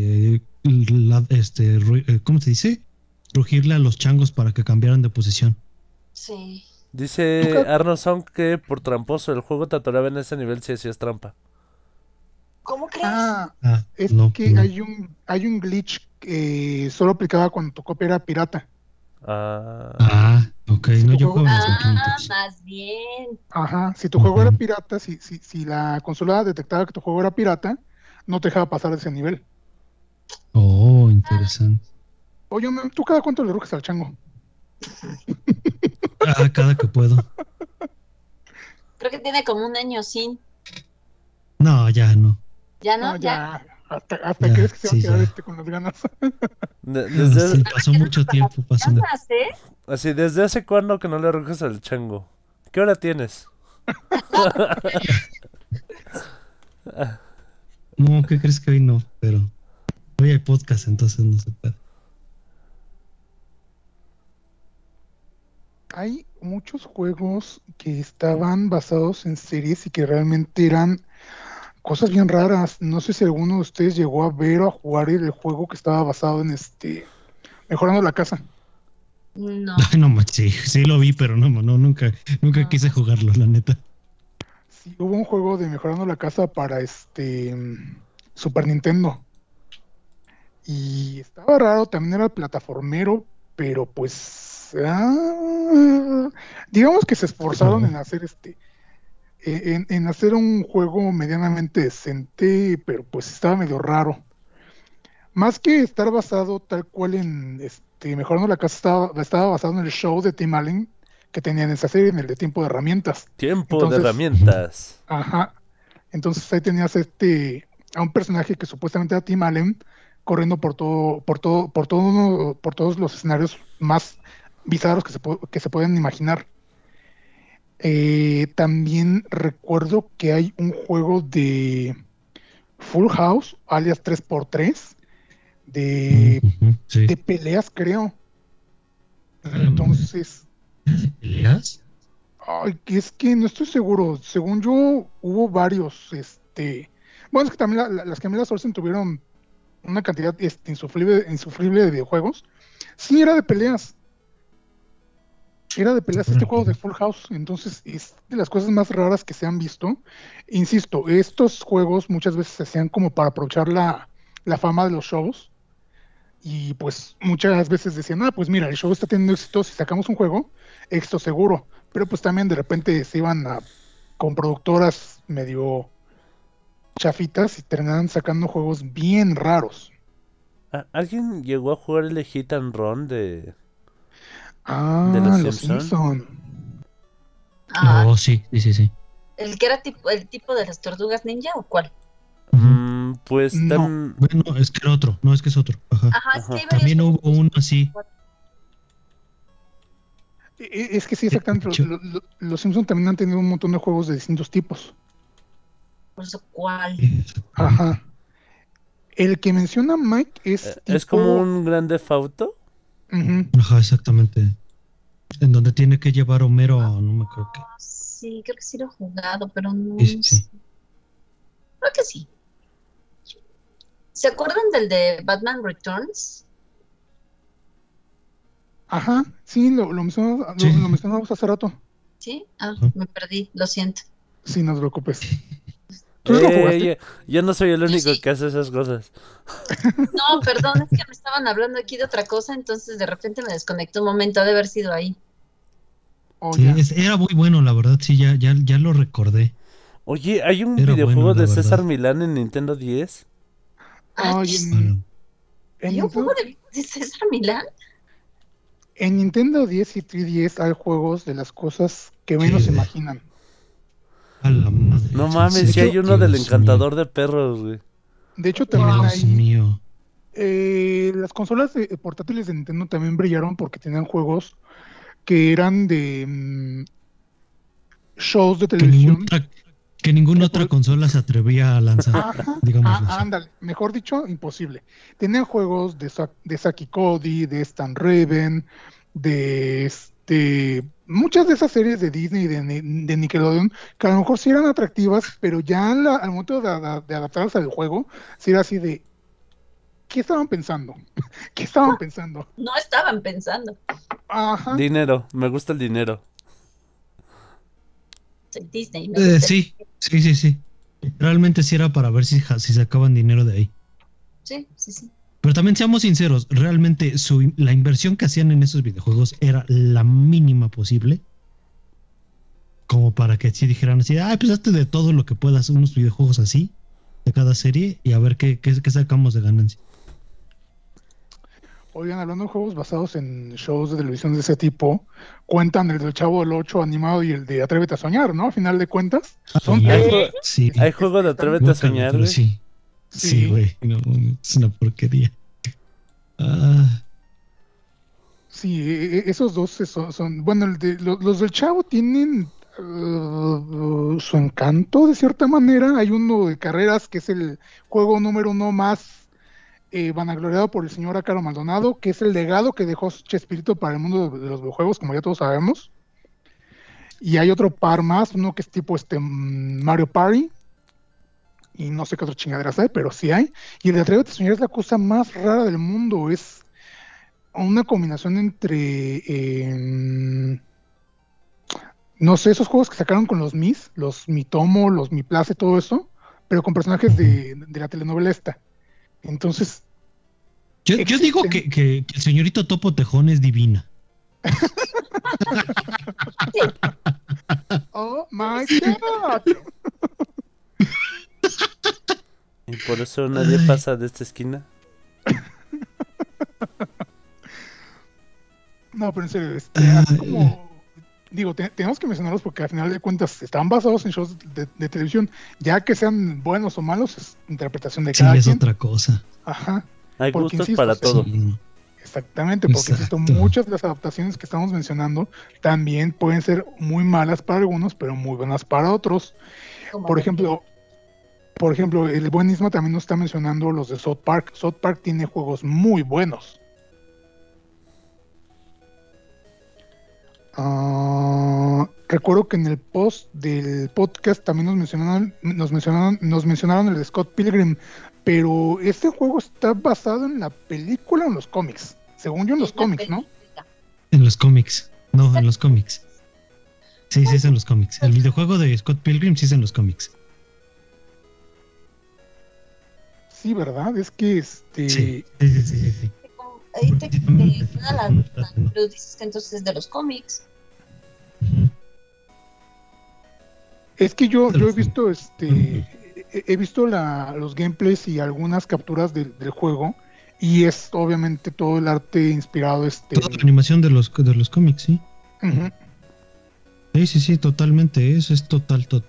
¿cómo se dice? Rugirle a los changos para que cambiaran de posición. Sí. Dice Arnold Song que por tramposo el juego te atoraba en ese nivel si hacías trampa. ¿Cómo crees? Es no, que no. hay un glitch que solo aplicaba cuando tu copia era pirata. Ok, Si no, tu yo juego- juego en las maquinitas. Más bien. Ajá, si tu juego era pirata, si la consola detectaba que tu juego era pirata, no te dejaba pasar de ese nivel. Oh, interesante. Oye, ¿tú cada cuánto le ruges al chango? Cada que puedo. Creo que tiene como un año sin. No, ya no. ¿Ya no? No, ¿Ya? hasta Ya, crees que se va a sí, quedar ya. con las ganas. Sí, pasó mucho tiempo pasando. ¿Ganas, Así, ¿desde hace cuándo que no le ruges al chango? ¿Qué hora tienes? No, ¿qué crees que hoy no? Pero hoy hay podcast, entonces no se puede. Hay muchos juegos que estaban basados en series y que realmente eran cosas bien raras. No sé si alguno de ustedes llegó a ver o a jugar el juego que estaba basado en Mejorando la Casa. No. No, sí lo vi, pero nunca quise jugarlo, la neta. Sí, hubo un juego de Mejorando la Casa para Super Nintendo. Y estaba raro, también era plataformero, pero pues digamos que se esforzaron en hacer en hacer un juego medianamente decente, pero pues estaba medio raro. Más que estar basado tal cual en Mejorando la Casa, estaba basado en el show de Tim Allen que tenían en esa serie, en el de Tiempo de Herramientas. Tiempo Entonces, de herramientas. Ajá. Entonces ahí tenías a un personaje que supuestamente era Tim Allen corriendo por todos los escenarios más bizarros que se pueden imaginar. También recuerdo que hay un juego de Full House, alias 3x3, Sí. de peleas, creo. Entonces, ¿Peleas? ay, es que no estoy seguro. Según yo, hubo varios. Bueno, es que también las gemelas Olsen tuvieron una cantidad insufrible de videojuegos. Sí, era de peleas. Era de peleas este juego de Full House. Entonces, es de las cosas más raras que se han visto. Insisto, estos juegos muchas veces se hacían como para aprovechar la fama de los shows. Y pues muchas veces decían, pues mira, el show está teniendo éxito, si sacamos un juego, éxito seguro. Pero pues también de repente se iban con productoras medio chafitas y terminaban sacando juegos bien raros. ¿Alguien llegó a jugar el Hit and Run de los Los Simpsons? Simpson. Oh, sí. ¿El que era el tipo de las tortugas ninja o cuál? Pues No. Bueno, es que era otro. No, es que es otro. Ajá. Es que hay varios También hubo uno así. Es que sí, exactamente. Los Simpson también han tenido un montón de juegos de distintos tipos. Por eso, ¿cuál? Ajá. El que menciona Mike es ¿Es como un Grand Theft Auto? Ajá, exactamente. En donde tiene que llevar Homero a no me acuerdo qué. Sí, creo que sí lo he jugado, pero no. Sí. Creo que sí. ¿Se acuerdan del de Batman Returns? Ajá, sí, lo mencionamos hace rato. ¿Sí? Me perdí, lo siento. Sí, no te preocupes. ¿Tú lo jugaste? Yo no soy el único Sí. que hace esas cosas. No, perdón, es que me estaban hablando aquí de otra cosa, entonces de repente me desconecté un momento, ha de haber sido ahí. Sí, era muy bueno, la verdad, sí, ya lo recordé. Oye, ¿hay un Era videojuego bueno, de la César verdad. Milán en Nintendo 10? ¿Y un juego de César Milán? En Nintendo 10 y 3DS hay juegos de las cosas que menos se imaginan. A la madre. No mames, sí hay uno del encantador de perros, güey. De hecho, también Dios mío. Las consolas portátiles de Nintendo también brillaron porque tenían juegos que eran de shows de televisión. Que ninguna otra consola se atrevía a lanzar, digamos. Ándale, mejor dicho, imposible. Tenían juegos de Saki Cody, de Stan Raven, de muchas de esas series de Disney y de Nickelodeon, que a lo mejor sí eran atractivas, pero ya al momento de adaptarlas al juego, sí era así de, ¿qué estaban pensando? ¿Qué estaban pensando? No estaban pensando. Ajá. Dinero, me gusta el dinero. Disney. Sí. Realmente sí era para ver si sacaban dinero de ahí. Sí. Pero también seamos sinceros, realmente la inversión que hacían en esos videojuegos era la mínima posible. Como para que sí dijeran así, pues hazte de todo lo que puedas, unos videojuegos así, de cada serie, y a ver qué sacamos de ganancia. Oigan, hablando de juegos basados en shows de televisión de ese tipo, cuentan el del Chavo del 8 animado y el de Atrévete a soñar, ¿no? A final de cuentas. Hay juego de Atrévete a soñar, güey. Sí, güey, no, es una porquería. Sí, esos dos son bueno, los del Chavo tienen su encanto de cierta manera. Hay uno de carreras que es el juego número 1 más vanagloriado por el señor Ácaro Maldonado, que es el legado que dejó Chespirito para el mundo de los videojuegos, como ya todos sabemos. Y hay otro par más, uno que es tipo Mario Party, y no sé qué otra chingaderas hay, pero sí hay. Y el de Atrévete a soñar es la cosa más rara del mundo, es una combinación entre no sé, esos juegos que sacaron con los Mi Tomo, los Mi Place, todo eso, pero con personajes de la telenovela esta. Entonces, yo digo que el señorito Topo Tejón es divina. Oh my God. Y por eso nadie pasa de esta esquina. No, pero en serio, así como digo, tenemos que mencionarlos porque al final de cuentas están basados en shows de televisión, ya que sean buenos o malos, es interpretación de cada quien. Sí, es quien. otra cosa. Ajá. Hay porque, gustos para todo. Sí. Exactamente, porque insisto, muchas de las adaptaciones que estamos mencionando también pueden ser muy malas para algunos, pero muy buenas para otros. Por ejemplo, el buen Isma también nos está mencionando los de South Park. South Park tiene juegos muy buenos. Recuerdo que en el post del podcast también nos mencionaron el de Scott Pilgrim, pero este juego está basado en la película o en los cómics. Según yo, en los cómics, ¿no? En los cómics. No, en los cómics. Sí, es en los cómics. El videojuego de Scott Pilgrim sí es en los cómics. Sí, ¿verdad? Es que Sí. ahí te queda la duda, pero dices que entonces es de los cómics. Es que yo he visto he visto los gameplays y algunas capturas del juego, y es obviamente todo el arte inspirado Toda la animación de los cómics, sí. Ujú. Sí, totalmente, eso es total. Yo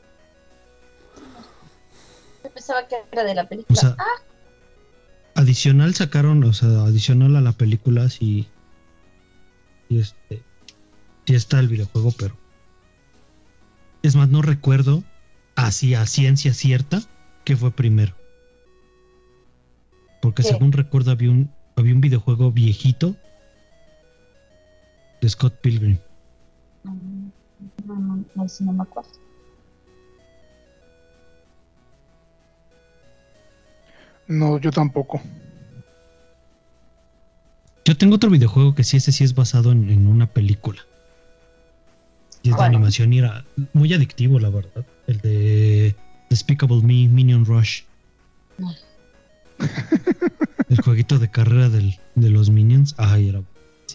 pensaba que era de la película. O sea, adicional a la película, sí está el videojuego, pero es más, no recuerdo así a ciencia cierta qué fue primero. Porque ¿Qué? según recuerdo había un videojuego viejito de Scott Pilgrim. No, si no me acuerdo. No, yo tampoco. Yo tengo otro videojuego que ese sí es basado en una película. Y es de ¿Cuál? animación y era muy adictivo, la verdad. El de Despicable Me, Minion Rush. El jueguito de carrera de los Minions. Ay, era...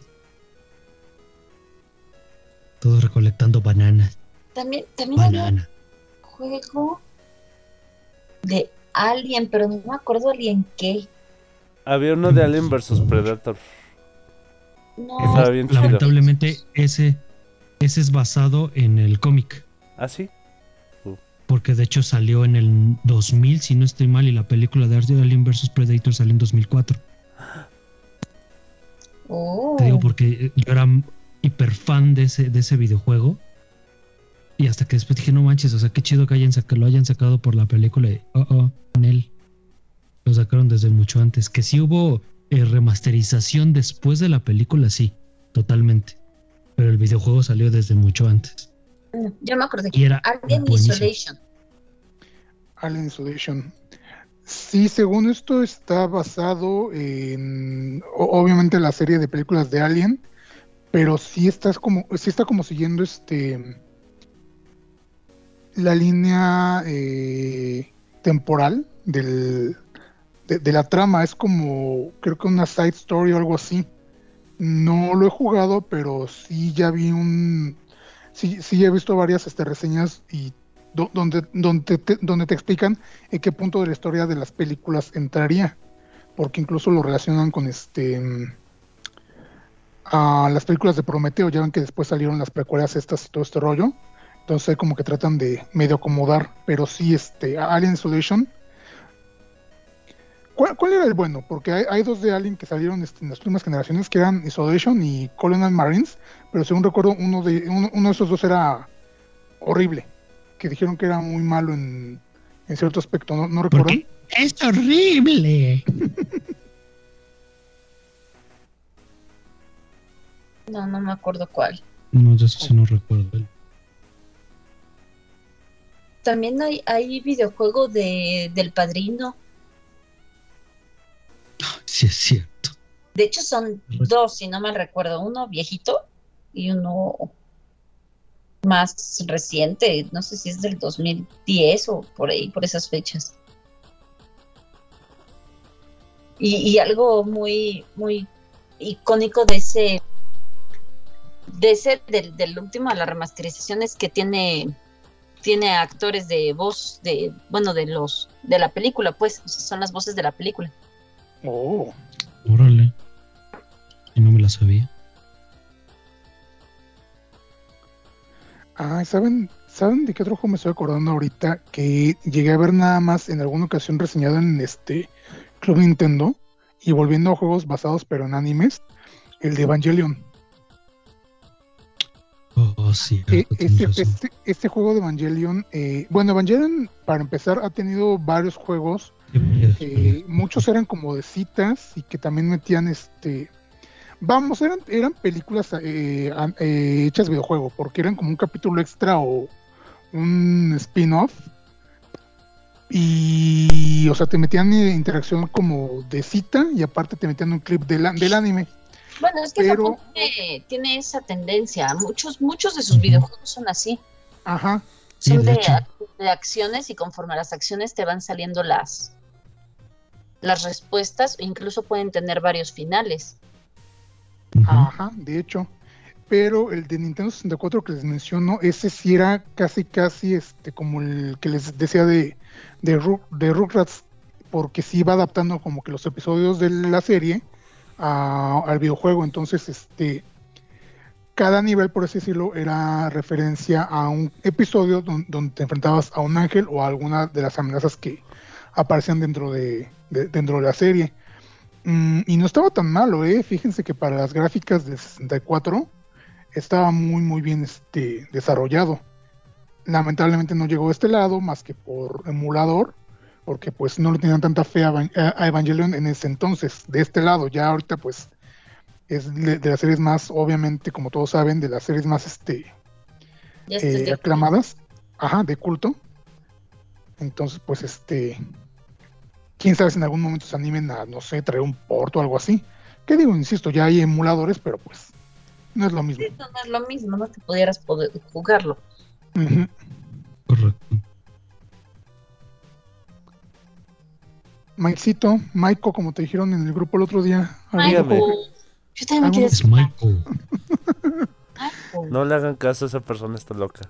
Todos recolectando bananas. También había un Banana. juego de Alien, pero no me acuerdo Alien qué. Había uno de Alien vs Predator. No, Estaba bien chido. Lamentablemente, ese es basado en el cómic. ¿Ah, sí? Porque de hecho salió en el 2000, si no estoy mal, y la película de Alien vs Predator salió en 2004. oh, Te digo porque yo era hiper fan de ese videojuego. Y hasta que después dije, no manches, o sea, qué chido que lo hayan sacado por la película. Y, en él lo sacaron desde mucho antes. Que sí hubo remasterización después de la película, sí, totalmente. Pero el videojuego salió desde mucho antes. yo me acordé. Y era Alien buenísimo. Isolation. Alien Isolation. Sí, según esto está basado en obviamente la serie de películas de Alien, pero sí está como siguiendo la línea temporal de la trama. Es como, creo que una side story o algo así. No lo he jugado, pero sí ya vi sí he visto varias reseñas y donde te explican en qué punto de la historia de las películas entraría, porque incluso lo relacionan con a las películas de Prometeo. Ya ven que después salieron las precuelas estas y todo este rollo, entonces como que tratan de medio acomodar, pero sí Alien Isolation. ¿Cuál era el bueno? Porque hay dos de Alien que salieron en las primeras generaciones, que eran Isolation y Colonial Marines, pero según recuerdo uno de esos dos era horrible, que dijeron que era muy malo en cierto aspecto, no recuerdo. ¿Por qué? ¡Es horrible! No me acuerdo cuál. No, yo eso sí no recuerdo. También hay videojuego del Padrino. Sí, es cierto. De hecho, son dos, si no mal recuerdo. Uno viejito y uno más reciente. No sé si es del 2010 o por ahí, por esas fechas. Y algo muy, muy icónico del último, de la remasterización, es que tiene actores de voz de la película, pues, o sea, son las voces de la película. Oh. Órale. Y no me la sabía. ¿Saben de qué otro juego me estoy acordando ahorita? Que llegué a ver nada más en alguna ocasión reseñado en Club Nintendo, y volviendo a juegos basados pero en animes, el de Evangelion. Oh, sí. tienes razón. Este juego de Evangelion, Evangelion, para empezar, ha tenido varios juegos. Muchos eran como de citas y que también metían eran películas hechas videojuego, porque eran como un capítulo extra o un spin-off, y o sea, te metían interacción como de cita, y aparte te metían un clip del anime. Bueno, es que Pero- Japón tiene esa tendencia. Muchos de sus videojuegos son así. Ajá. Sí, Son de hecho. de acciones, y conforme a las acciones te van saliendo las las respuestas, incluso pueden tener varios finales. Ajá, de hecho. Pero el de Nintendo 64 que les menciono, ese sí era casi como el que les decía de Rugrats, porque sí iba adaptando como que los episodios de la serie al videojuego. Entonces, cada nivel, por así decirlo, era referencia a un episodio donde te enfrentabas a un ángel o a alguna de las amenazas que aparecían dentro de la serie. Y no estaba tan malo, fíjense que para las gráficas del 64 estaba muy muy bien desarrollado. Lamentablemente no llegó a este lado más que por emulador, porque pues no le tenían tanta fe a Evangelion en ese entonces. De este lado, ya ahorita pues es de las series más, obviamente, como todos saben, de las series más aclamadas, ajá, de culto. Entonces pues quién sabe si en algún momento se animen a, no sé, traer un port o algo así. Que digo, insisto, ya hay emuladores, pero pues no es lo mismo. Sí, no es lo mismo, no te pudieras poder jugarlo. Uh-huh. Correcto. Maiko, como te dijeron en el grupo el otro día. Dígame. Yo también me quiero Es Michael. No le hagan caso, esa persona está loca.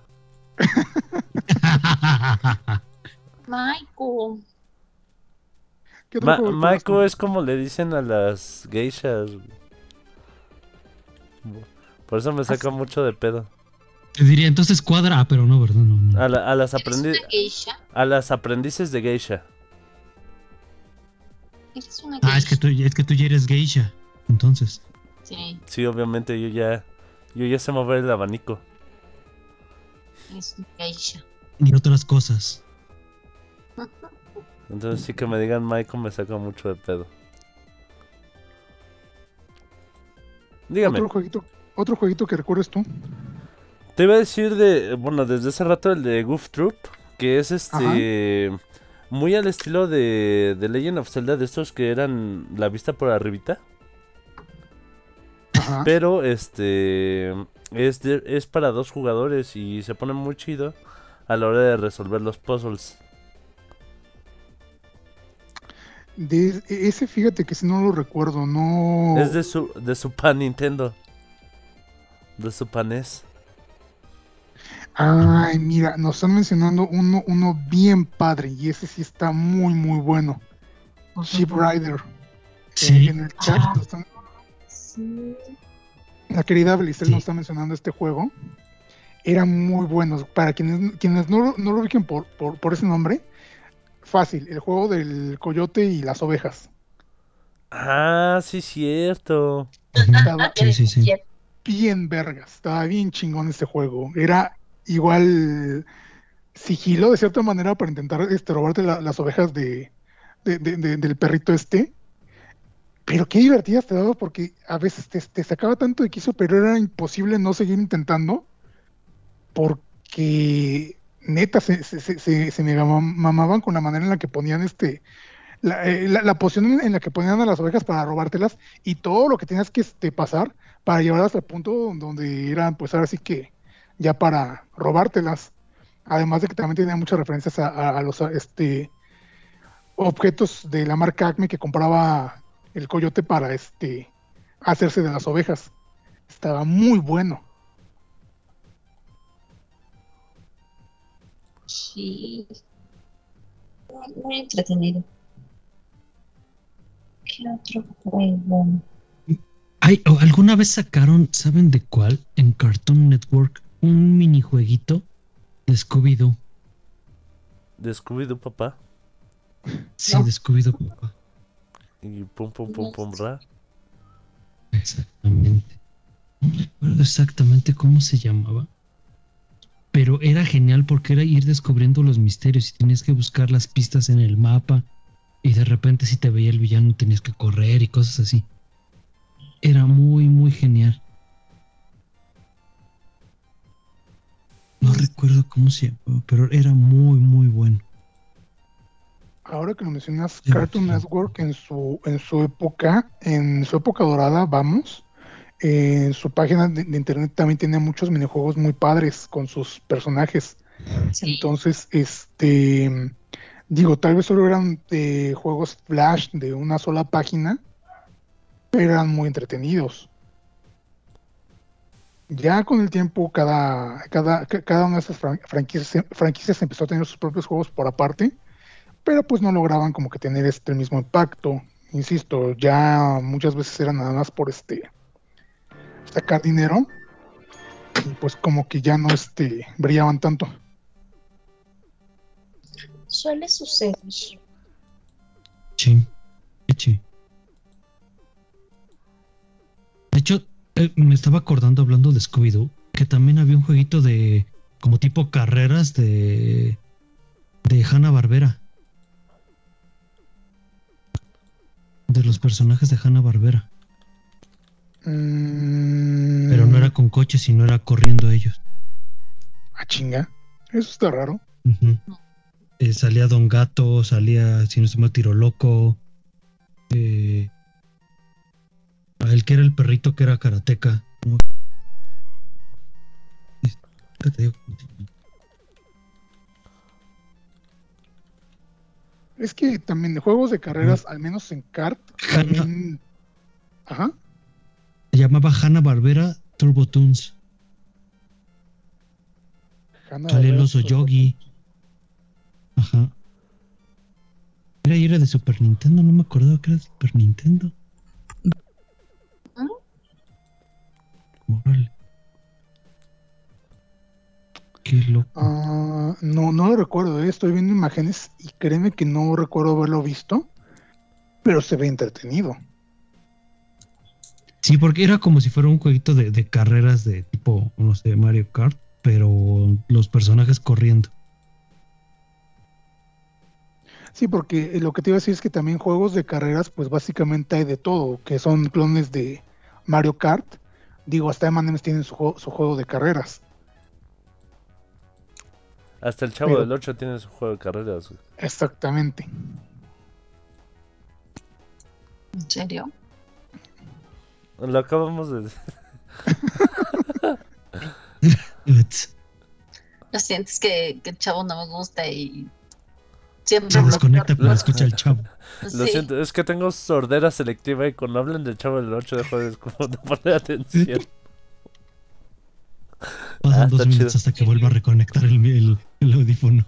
Michael. ¿Qué otro juego Maiko conozco? es como le dicen a las geishas. Por eso me saca mucho de pedo. Te diría entonces cuadra, pero no, ¿verdad? No. A las ¿Eres una geisha? a las aprendices de geisha. ¿Eres una geisha? Es que tú ya eres geisha. Entonces. Sí, Sí, obviamente yo ya sé mover el abanico. eres una geisha. Ni otras cosas. Entonces sí que me digan Maiko me saca mucho de pedo. Dígame. Otro jueguito que recuerdes tú. Te iba a decir desde hace rato el de Goof Troop, que es muy al estilo de Legend of Zelda, de estos que eran la vista por arribita. Ajá. Pero es para 2 jugadores y se pone muy chido a la hora de resolver los puzzles. Ese, fíjate que si no lo recuerdo, no. Es de Super Nintendo. De Super NES. Ay, mira, nos están mencionando uno bien padre y ese sí está muy muy bueno. Ship Rider. Sí. En el chat Sí. la querida Belisel Sí. nos está mencionando este juego. Era muy bueno. Para quienes no lo ubiquen por ese nombre, fácil, el juego del coyote y las ovejas. Ah, sí, cierto. Estaba Sí. bien vergas, estaba bien chingón este juego. Era igual sigilo de cierta manera para intentar robarte las ovejas del perrito pero qué divertidas te daba porque a veces te sacaba tanto de quicio, pero era imposible no seguir intentando porque neta se me mamaban con la manera en la que ponían la posición en la que ponían a las ovejas para robártelas y todo lo que tenías que pasar para llevarlas al punto donde eran, pues ahora sí que ya para robártelas. Además de que también tenía muchas referencias a los objetos de la marca Acme que compraba el coyote para hacerse de las ovejas. Estaba muy bueno. Sí. Muy entretenido. ¿Qué otro juego? ¿Alguna vez sacaron, saben de cuál? En Cartoon Network, un minijueguito de Scooby-Doo. De Scooby-Doo, papá. Sí, No. de Scooby-Doo, papá. Y pum, pum, pum, pum, ra. Exactamente. No recuerdo exactamente cómo se llamaba. Pero era genial porque era ir descubriendo los misterios y tenías que buscar las pistas en el mapa. Y de repente si te veía el villano tenías que correr y cosas así. Era muy, muy genial. No recuerdo cómo se llamaba, pero era muy, muy bueno. Ahora que lo mencionas, Sí, Cartoon sí. Network en su época dorada, vamos, en su página de internet también tenía muchos minijuegos muy padres con sus personajes. Sí. Entonces, Digo, tal vez solo eran juegos flash de una sola página, pero eran muy entretenidos. Ya con el tiempo, cada una de esas franquicias empezó a tener sus propios juegos por aparte, pero pues no lograban como que tener el mismo impacto. Insisto, ya muchas veces eran nada más por sacar dinero, y pues como que ya no brillaban tanto. Suele suceder. Sí. De hecho, me estaba acordando hablando de Scooby-Doo, que también había un jueguito de como tipo carreras de Hanna-Barbera. De los personajes de Hanna-Barbera. Pero no era con coches, sino era corriendo ellos. Ah, chinga. Eso está raro. Uh-huh. Salía Don Gato, salía, si no se llama, Tiro Loco. El que era el perrito que era karateca. Es que también de juegos de carreras, al menos en kart, también... Ajá. Se llamaba Hanna-Barbera Turbo Toons. Salía el oso Yogi. Ajá. Era de Super Nintendo, no me acordaba que era de Super Nintendo. Órale. Qué loco. No lo recuerdo, estoy viendo imágenes y créeme que no recuerdo haberlo visto, pero se ve entretenido. Sí, porque era como si fuera un jueguito de carreras de tipo, no sé, Mario Kart, pero los personajes corriendo. Sí, porque lo que te iba a decir es que también juegos de carreras, pues básicamente hay de todo, que son clones de Mario Kart. Digo, hasta M&M's tienen su juego de carreras. Hasta el Chavo del 8 tiene su juego de carreras, güey. Exactamente. ¿En serio? Lo acabamos de... Lo siento, es que el chavo no me gusta y siempre Se desconecta para escuchar al chavo. Lo siento, es que tengo sordera selectiva y cuando hablan del Chavo del 8 dejo de poner atención. Pasan 2 minutos hasta que vuelva a reconectar el audífono.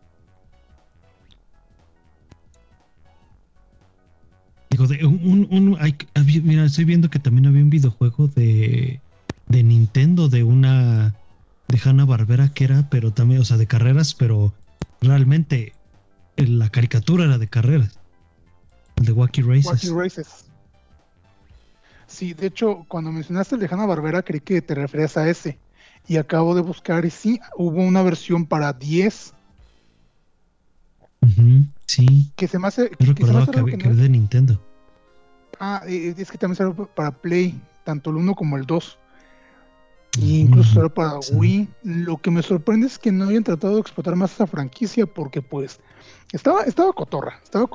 Digo, mira, estoy viendo que también había un videojuego de Nintendo de Hanna-Barbera que era, pero también, o sea, de carreras, pero realmente la caricatura era de carreras. El de Wacky Races. Sí, de hecho, cuando mencionaste el de Hanna-Barbera creí que te referías a ese. Y acabo de buscar y sí, hubo una versión para 10. Sí. Que se me hace... Yo recordaba que es de Nintendo. Es que también salió para Play, tanto el 1 como el 2. Y incluso salió para Wii. Lo que me sorprende es que no hayan tratado de explotar más esa franquicia porque pues estaba cotorra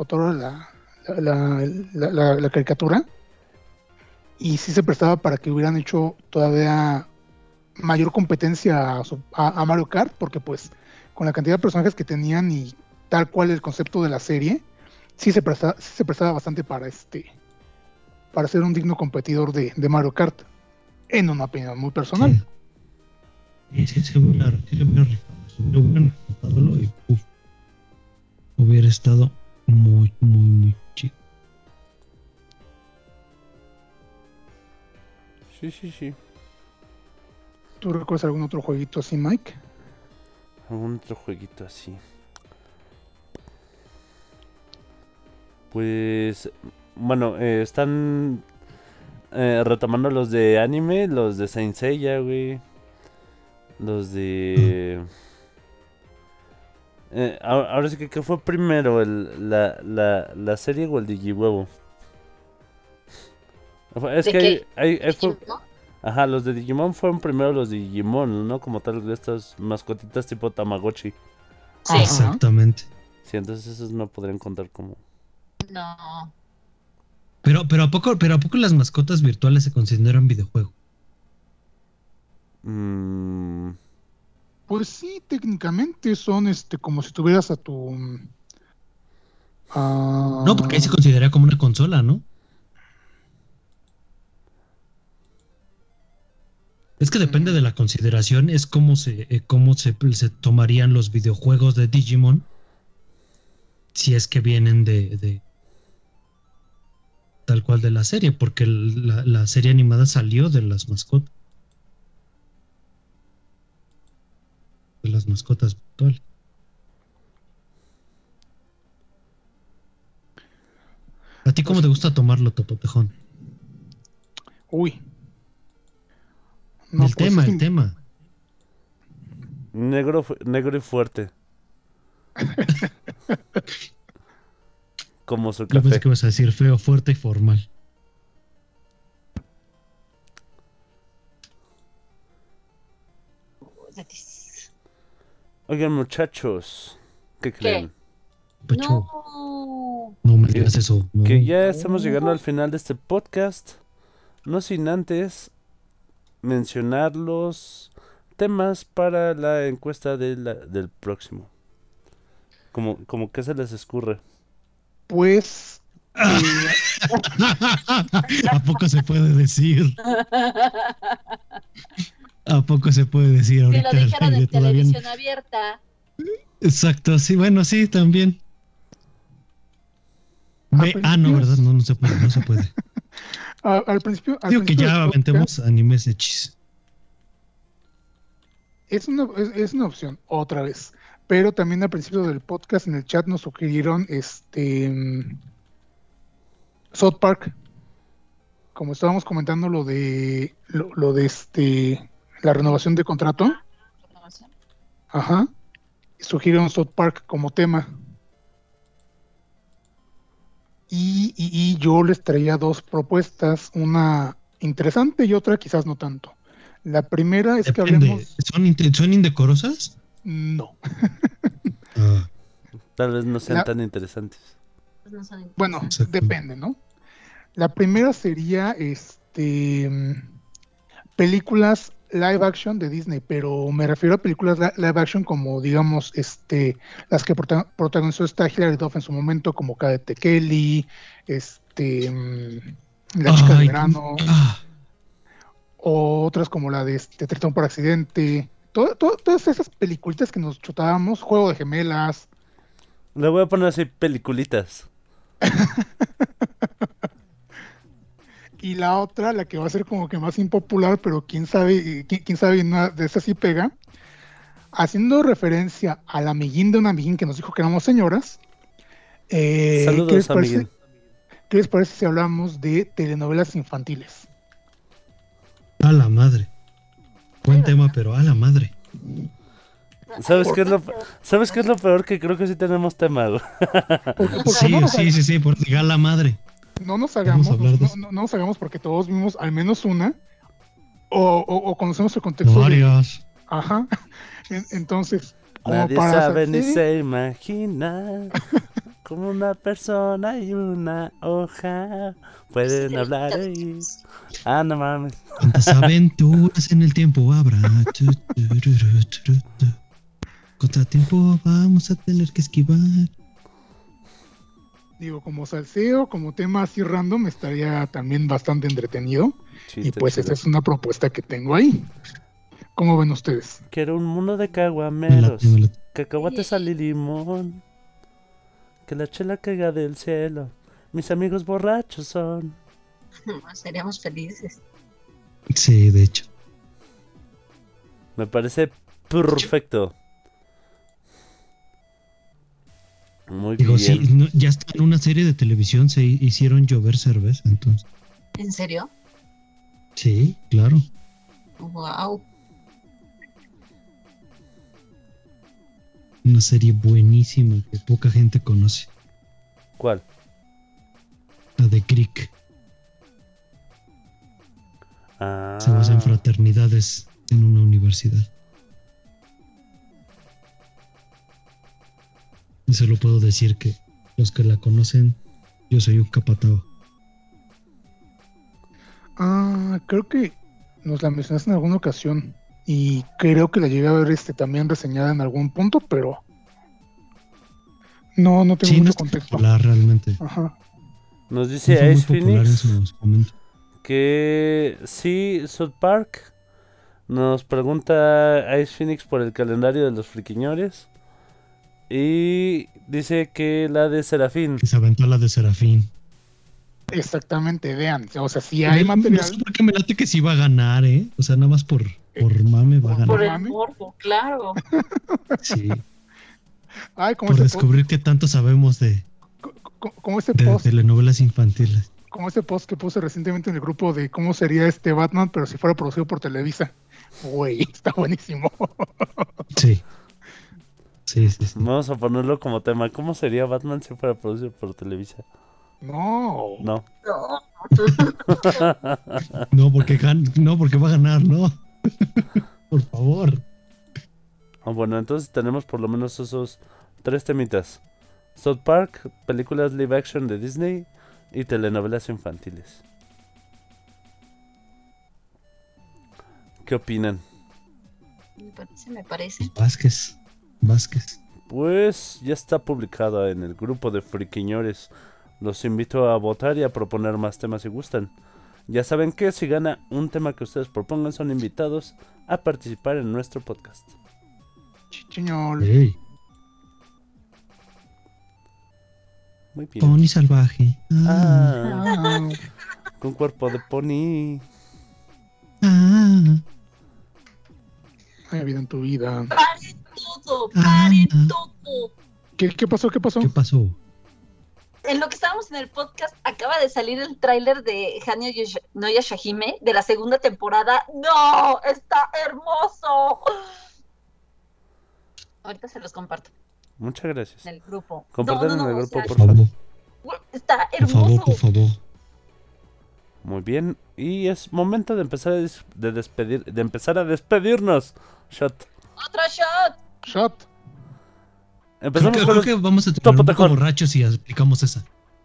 la caricatura. Y sí se prestaba para que hubieran hecho todavía mayor competencia a Mario Kart, porque pues con la cantidad de personajes que tenían y tal cual el concepto de la serie, sí se prestaba bastante para ser un digno competidor de Mario Kart, en una opinión muy personal. Sí, se hubiera hubiera estado muy, muy, muy chido. Sí. ¿Tú recuerdas algún otro jueguito así, Mike? ¿Algún otro jueguito así? Pues... Bueno, están retomando los de anime, los de Saint Seiya, güey. Los de... ahora sí que ¿qué fue primero? ¿La serie o el Digihuevo? Es que hay fue... Ajá, los de Digimon fueron primero los de Digimon, ¿no? Como tal de estas mascotitas tipo Tamagotchi. Sí. Exactamente. Sí, entonces esos no podrían contar como... No. Pero ¿a poco las mascotas virtuales se consideran videojuego? Pues sí, técnicamente son como si tuvieras a tu No, porque ahí se considera como una consola, ¿no? Es que depende de la consideración, es cómo se tomarían los videojuegos de Digimon si es que vienen de tal cual de la serie, porque la serie animada salió de las mascotas. De las mascotas virtuales. ¿A ti cómo te gusta tomarlo, Topotejón? Uy. No, el tema. Negro y fuerte. Como su Yo café. pensé que ibas a decir feo, fuerte y formal. Oigan, muchachos, ¿qué creen? Pecho, No. no me digas eso. No. Que ya estamos llegando al final de este podcast. No sin antes mencionar los temas para la encuesta del próximo. Como que se les escurre. Pues. ¿A poco se puede decir? ¿A poco se puede decir Que ahorita? lo dijeron en Todavía televisión abierta. Exacto, sí, bueno, sí, también. No, ¿verdad? No se puede. Al principio. Digo que ya aventemos animes hechis. Es una opción, otra vez. Pero también al principio del podcast en el chat nos sugirieron South Park. Como estábamos comentando lo de la renovación de contrato. Ajá. Sugirieron South Park como tema. Y yo les traía dos propuestas, una interesante y otra quizás no tanto. La primera es Depende. que hablemos... ¿Son indecorosas? No. Tal vez no sean tan interesantes. Bueno, exacto. Depende, ¿no? La primera sería películas live action de Disney, pero me refiero a películas live action como, digamos, las que protagonizó esta Hilary Duff en su momento, como Cadette Kelly, La chica de verano, o otras como la de Tritón por accidente, todas esas peliculitas que nos chutábamos, Juego de Gemelas. Le voy a poner así peliculitas. Y la otra, la que va a ser como que más impopular, pero quién sabe una de esas sí pega, haciendo referencia al amiguín de un amiguín que nos dijo que éramos señoras. Saludos, amiguín. ¿Qué les parece si hablamos de telenovelas infantiles? A la madre. Buen tema, pero a la madre. ¿Sabes qué es lo peor? Que creo que sí tenemos tema, güey. Sí, porque a la madre. No nos hagamos porque todos vimos al menos una o conocemos el contexto. Varias. Ajá. Entonces, nadie sabe ni se imagina como una persona y una hoja pueden hablar ahí. No mames. ¿Cuántas aventuras en el tiempo habrá? Contratiempo vamos a tener que esquivar. Digo, como salseo, como tema así random, estaría también bastante entretenido. Sí, y pues esa es una propuesta que tengo ahí. ¿Cómo ven ustedes? Quiero un mundo de caguameros, cacahuates sal y limón, que la chela caiga del cielo, mis amigos borrachos son. Seríamos felices. Sí, de hecho. Me parece perfecto. Muy bien. Sí, ya está en una serie de televisión, se hicieron llover cerveza, entonces. ¿En serio? Sí, claro. Wow. Una serie buenísima que poca gente conoce. ¿Cuál? La de Creek. Se basa en fraternidades en una universidad. Y solo puedo decir que los que la conocen, yo soy un capatao. Creo que nos la mencionaste en alguna ocasión y creo que la llegué a ver también reseñada en algún punto, pero No tengo Sí, no mucho es contexto. popular realmente. Ajá. Nos No dice fue muy Ice popular en Phoenix su momento. que sí, South Park. Nos pregunta Ice Phoenix por el calendario de los friquiñores. Y dice que la de Serafín. Que se aventó la de Serafín. Exactamente, vean. O sea, si hay No material. sé por qué me late que sí va a ganar, ¿eh? O sea, nada más por mame va a Por ganar. el morbo, claro. Sí, Ay, como por ese descubrir qué tanto sabemos de como ese post. telenovelas infantiles. Como ese post que puse recientemente en el grupo de cómo sería este Batman, pero si fuera producido por Televisa. Güey, está buenísimo. Sí. Sí. Vamos a ponerlo como tema. ¿Cómo sería Batman si fuera producido por Televisa? No. No. No. No, porque va a ganar, ¿no? Por favor. Bueno, entonces tenemos por lo menos esos 3 temitas. South Park, películas live action de Disney y telenovelas infantiles. ¿Qué opinan? Me parece. Vázquez. Pues ya está publicada en el grupo de friquiñores. Los invito a votar y a proponer más temas si gustan. Ya saben que si gana un tema que ustedes propongan, son invitados a participar en nuestro podcast. Chichiñol. Hey, Muy bien. Pony salvaje. Ah. Con cuerpo de pony. Hay vida en tu vida. ¡Paren todo! ¡Paren todo! ¿Qué pasó? ¿Qué pasó? ¿Qué pasó? En lo que estábamos en el podcast, acaba de salir el tráiler de Hanyo no Yashahime de la segunda temporada. ¡No! ¡Está hermoso! Ahorita se los comparto Muchas gracias. en el grupo. Compartan en el o grupo, sea, por Por favor, está por favor, hermoso. por favor. Muy bien. Y es momento de empezar de empezar a despedirnos. Shot. ¡Otro shot! Shot. Empezamos Creo con que los... vamos a terminar Topo un poco tejón. borrachos y aplicamos esa.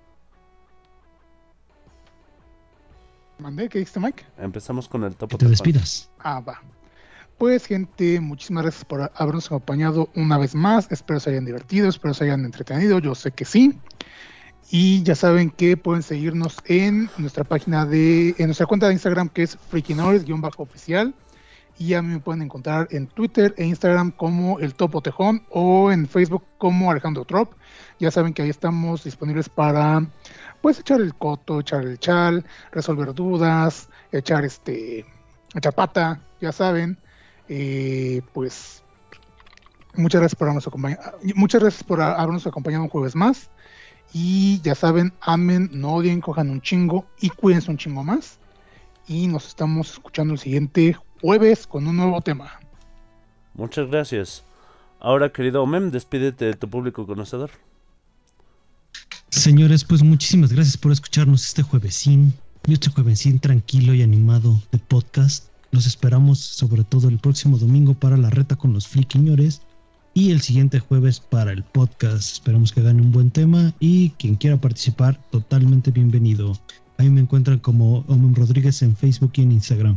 ¿Mandé? ¿Qué dijiste, Mike? Empezamos con el Que topo te tejón. despidas. Va. Pues, gente, muchísimas gracias por habernos acompañado una vez más. Espero se hayan divertido, espero se hayan entretenido. Yo sé que sí. Y ya saben que pueden seguirnos en nuestra página en nuestra cuenta de Instagram, que es freakinores_oficial. Y a mí me pueden encontrar en Twitter e Instagram como el Topo Tejón o en Facebook como Alejandro Trop. Ya saben que ahí estamos disponibles para pues echar el coto, echar el chal, resolver dudas, echar pata, ya saben. Pues muchas gracias por habernos acompañado un jueves más. Y ya saben, amen, no odien, cojan un chingo y cuídense un chingo más. Y nos estamos escuchando el siguiente jueves con un nuevo tema. Muchas gracias. Ahora, querido Omem, despídete de tu público conocedor. Señores, pues muchísimas gracias por escucharnos este juevesín tranquilo y animado de podcast. Los esperamos sobre todo el próximo domingo para la reta con los friquiñores y el siguiente jueves para el podcast. Esperamos que gane un buen tema y quien quiera participar, totalmente bienvenido. Ahí me encuentran como Omem Rodríguez en Facebook y en Instagram.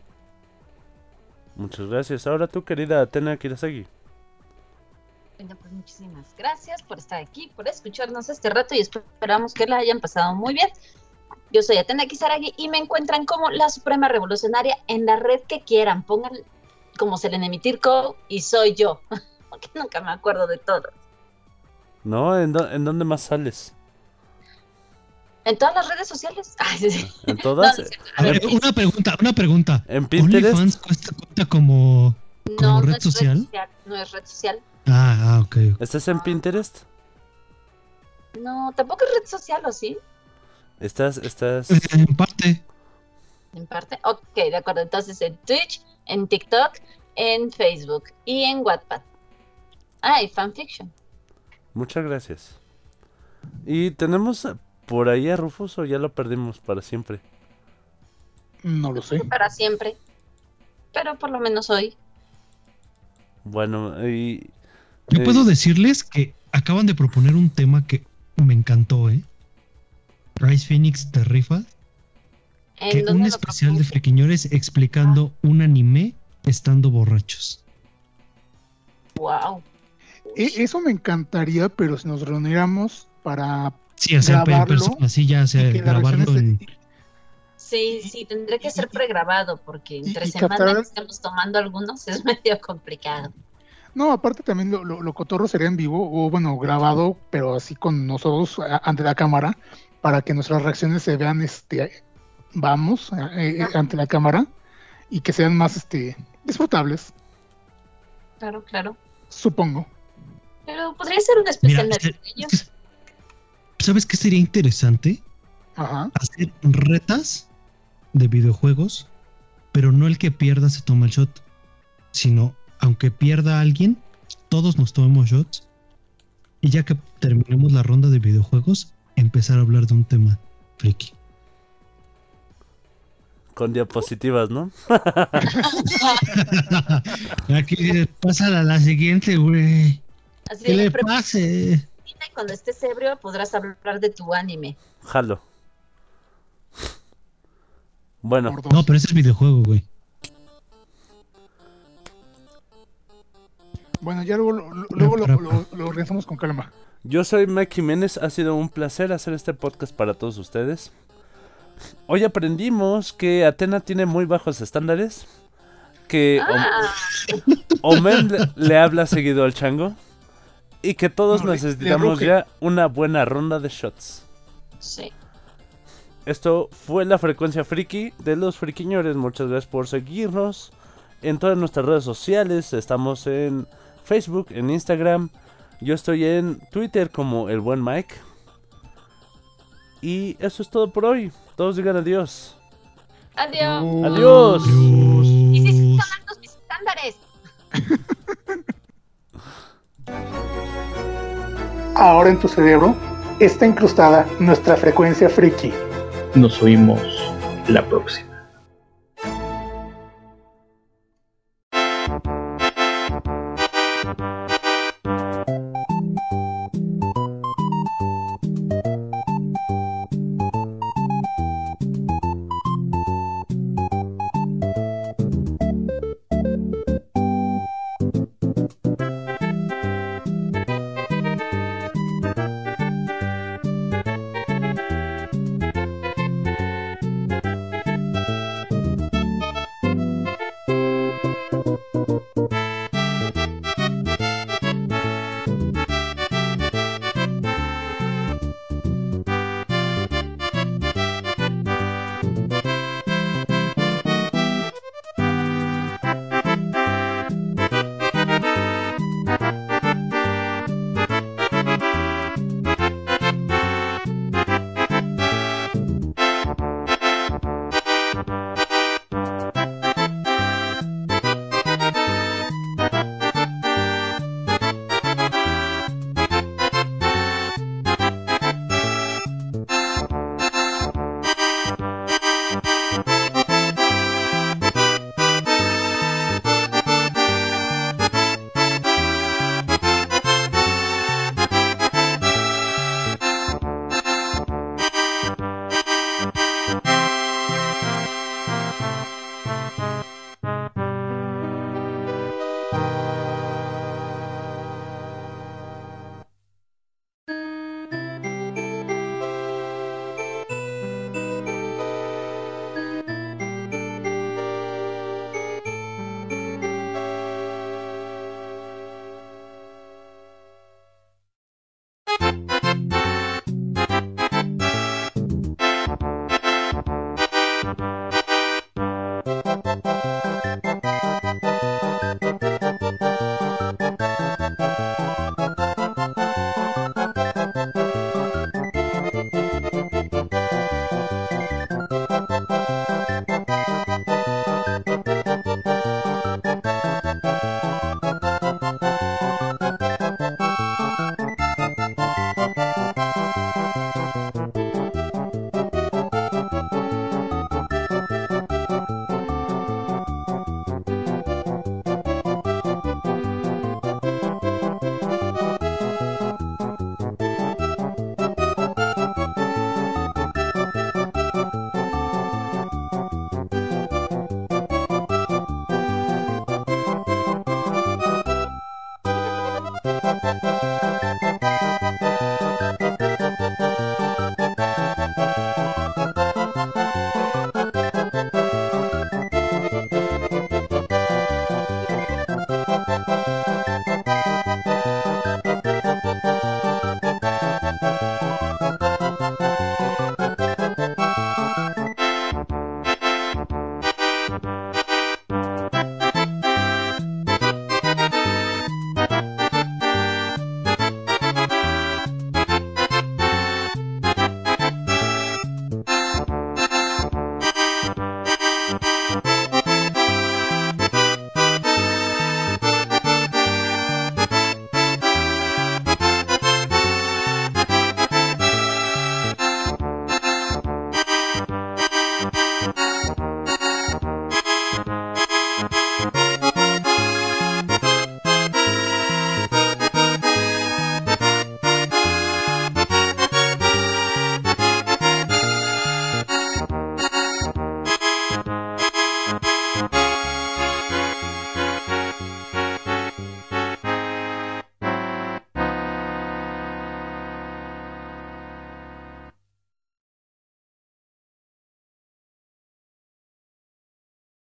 Muchas gracias. Ahora tú, querida Atena Kirasagi. Bueno, pues muchísimas gracias por estar aquí, por escucharnos este rato y esperamos que la hayan pasado muy bien. Yo soy Atena Kisaragi y me encuentran como la Suprema Revolucionaria en la red que quieran. Pongan como Selenemitirco y soy yo. Porque nunca me acuerdo de todo. ¿No? ¿En dónde más sales? En todas las redes sociales. Ay, sí. ¿En todas? No, no es cierto. A ver, una pregunta. ¿En Pinterest? ¿OnlyFans cuenta como No, red es social? No es red social. Ok. ¿Estás en Pinterest? No, tampoco es red social, ¿o sí? ¿Estás? En parte. En parte. Ok, de acuerdo. Entonces en Twitch, en TikTok, en Facebook y en Wattpad. Y fanfiction. Muchas gracias. ¿Y tenemos por ahí a Rufus o ya lo perdimos para siempre? No lo sé. Para siempre. Pero por lo menos hoy. Bueno, y... Yo puedo decirles que acaban de proponer un tema que me encantó, Rice Phoenix te rifa. Que un especial de friquiñores explicando un anime estando borrachos. Wow. Eso me encantaría, pero si nos reuniéramos para Sí, o sea, en grabarlo persona, sí, ya, o sea, y que las grabarlo reacciones en... Sí, tendría que ser pregrabado porque entre y semana captar- que estamos tomando algunos es medio complicado. No, aparte también lo cotorro sería en vivo, o bueno, grabado, pero así con nosotros ante la cámara, para que nuestras reacciones se vean, ante la cámara, y que sean más, disfrutables, Claro. supongo. Pero podría ser un Mira, especial navideño. ¿sabes qué sería interesante? Ajá. Hacer retas de videojuegos, pero no el que pierda se toma el shot, sino aunque pierda alguien, todos nos tomemos shots y ya que terminemos la ronda de videojuegos, empezar a hablar de un tema friki. Con diapositivas, ¿no? Aquí, pásala a la siguiente, güey. Así ¿Qué de, le pero pase? cuando estés ebrio podrás hablar de tu anime. Jalo. Bueno, Por dos. No, pero ese es videojuego, güey. Bueno, ya luego lo organizamos con calma. yo soy Mike Jiménez. Ha sido un placer hacer este podcast para todos ustedes. Hoy aprendimos que Atena tiene muy bajos estándares. Que Omen le habla seguido al chango. Y que todos No, necesitamos le ruge. ya una buena ronda de shots. Sí. Esto fue la frecuencia friki de los friquiñores. Muchas gracias por seguirnos en todas nuestras redes sociales. Estamos en Facebook, en Instagram. Yo estoy en Twitter como el buen Mike. Y eso es todo por hoy. Todos digan adiós. Adiós. Adiós. Y si son altos mis estándares. Ahora en tu cerebro está incrustada nuestra frecuencia friki. Nos oímos la próxima.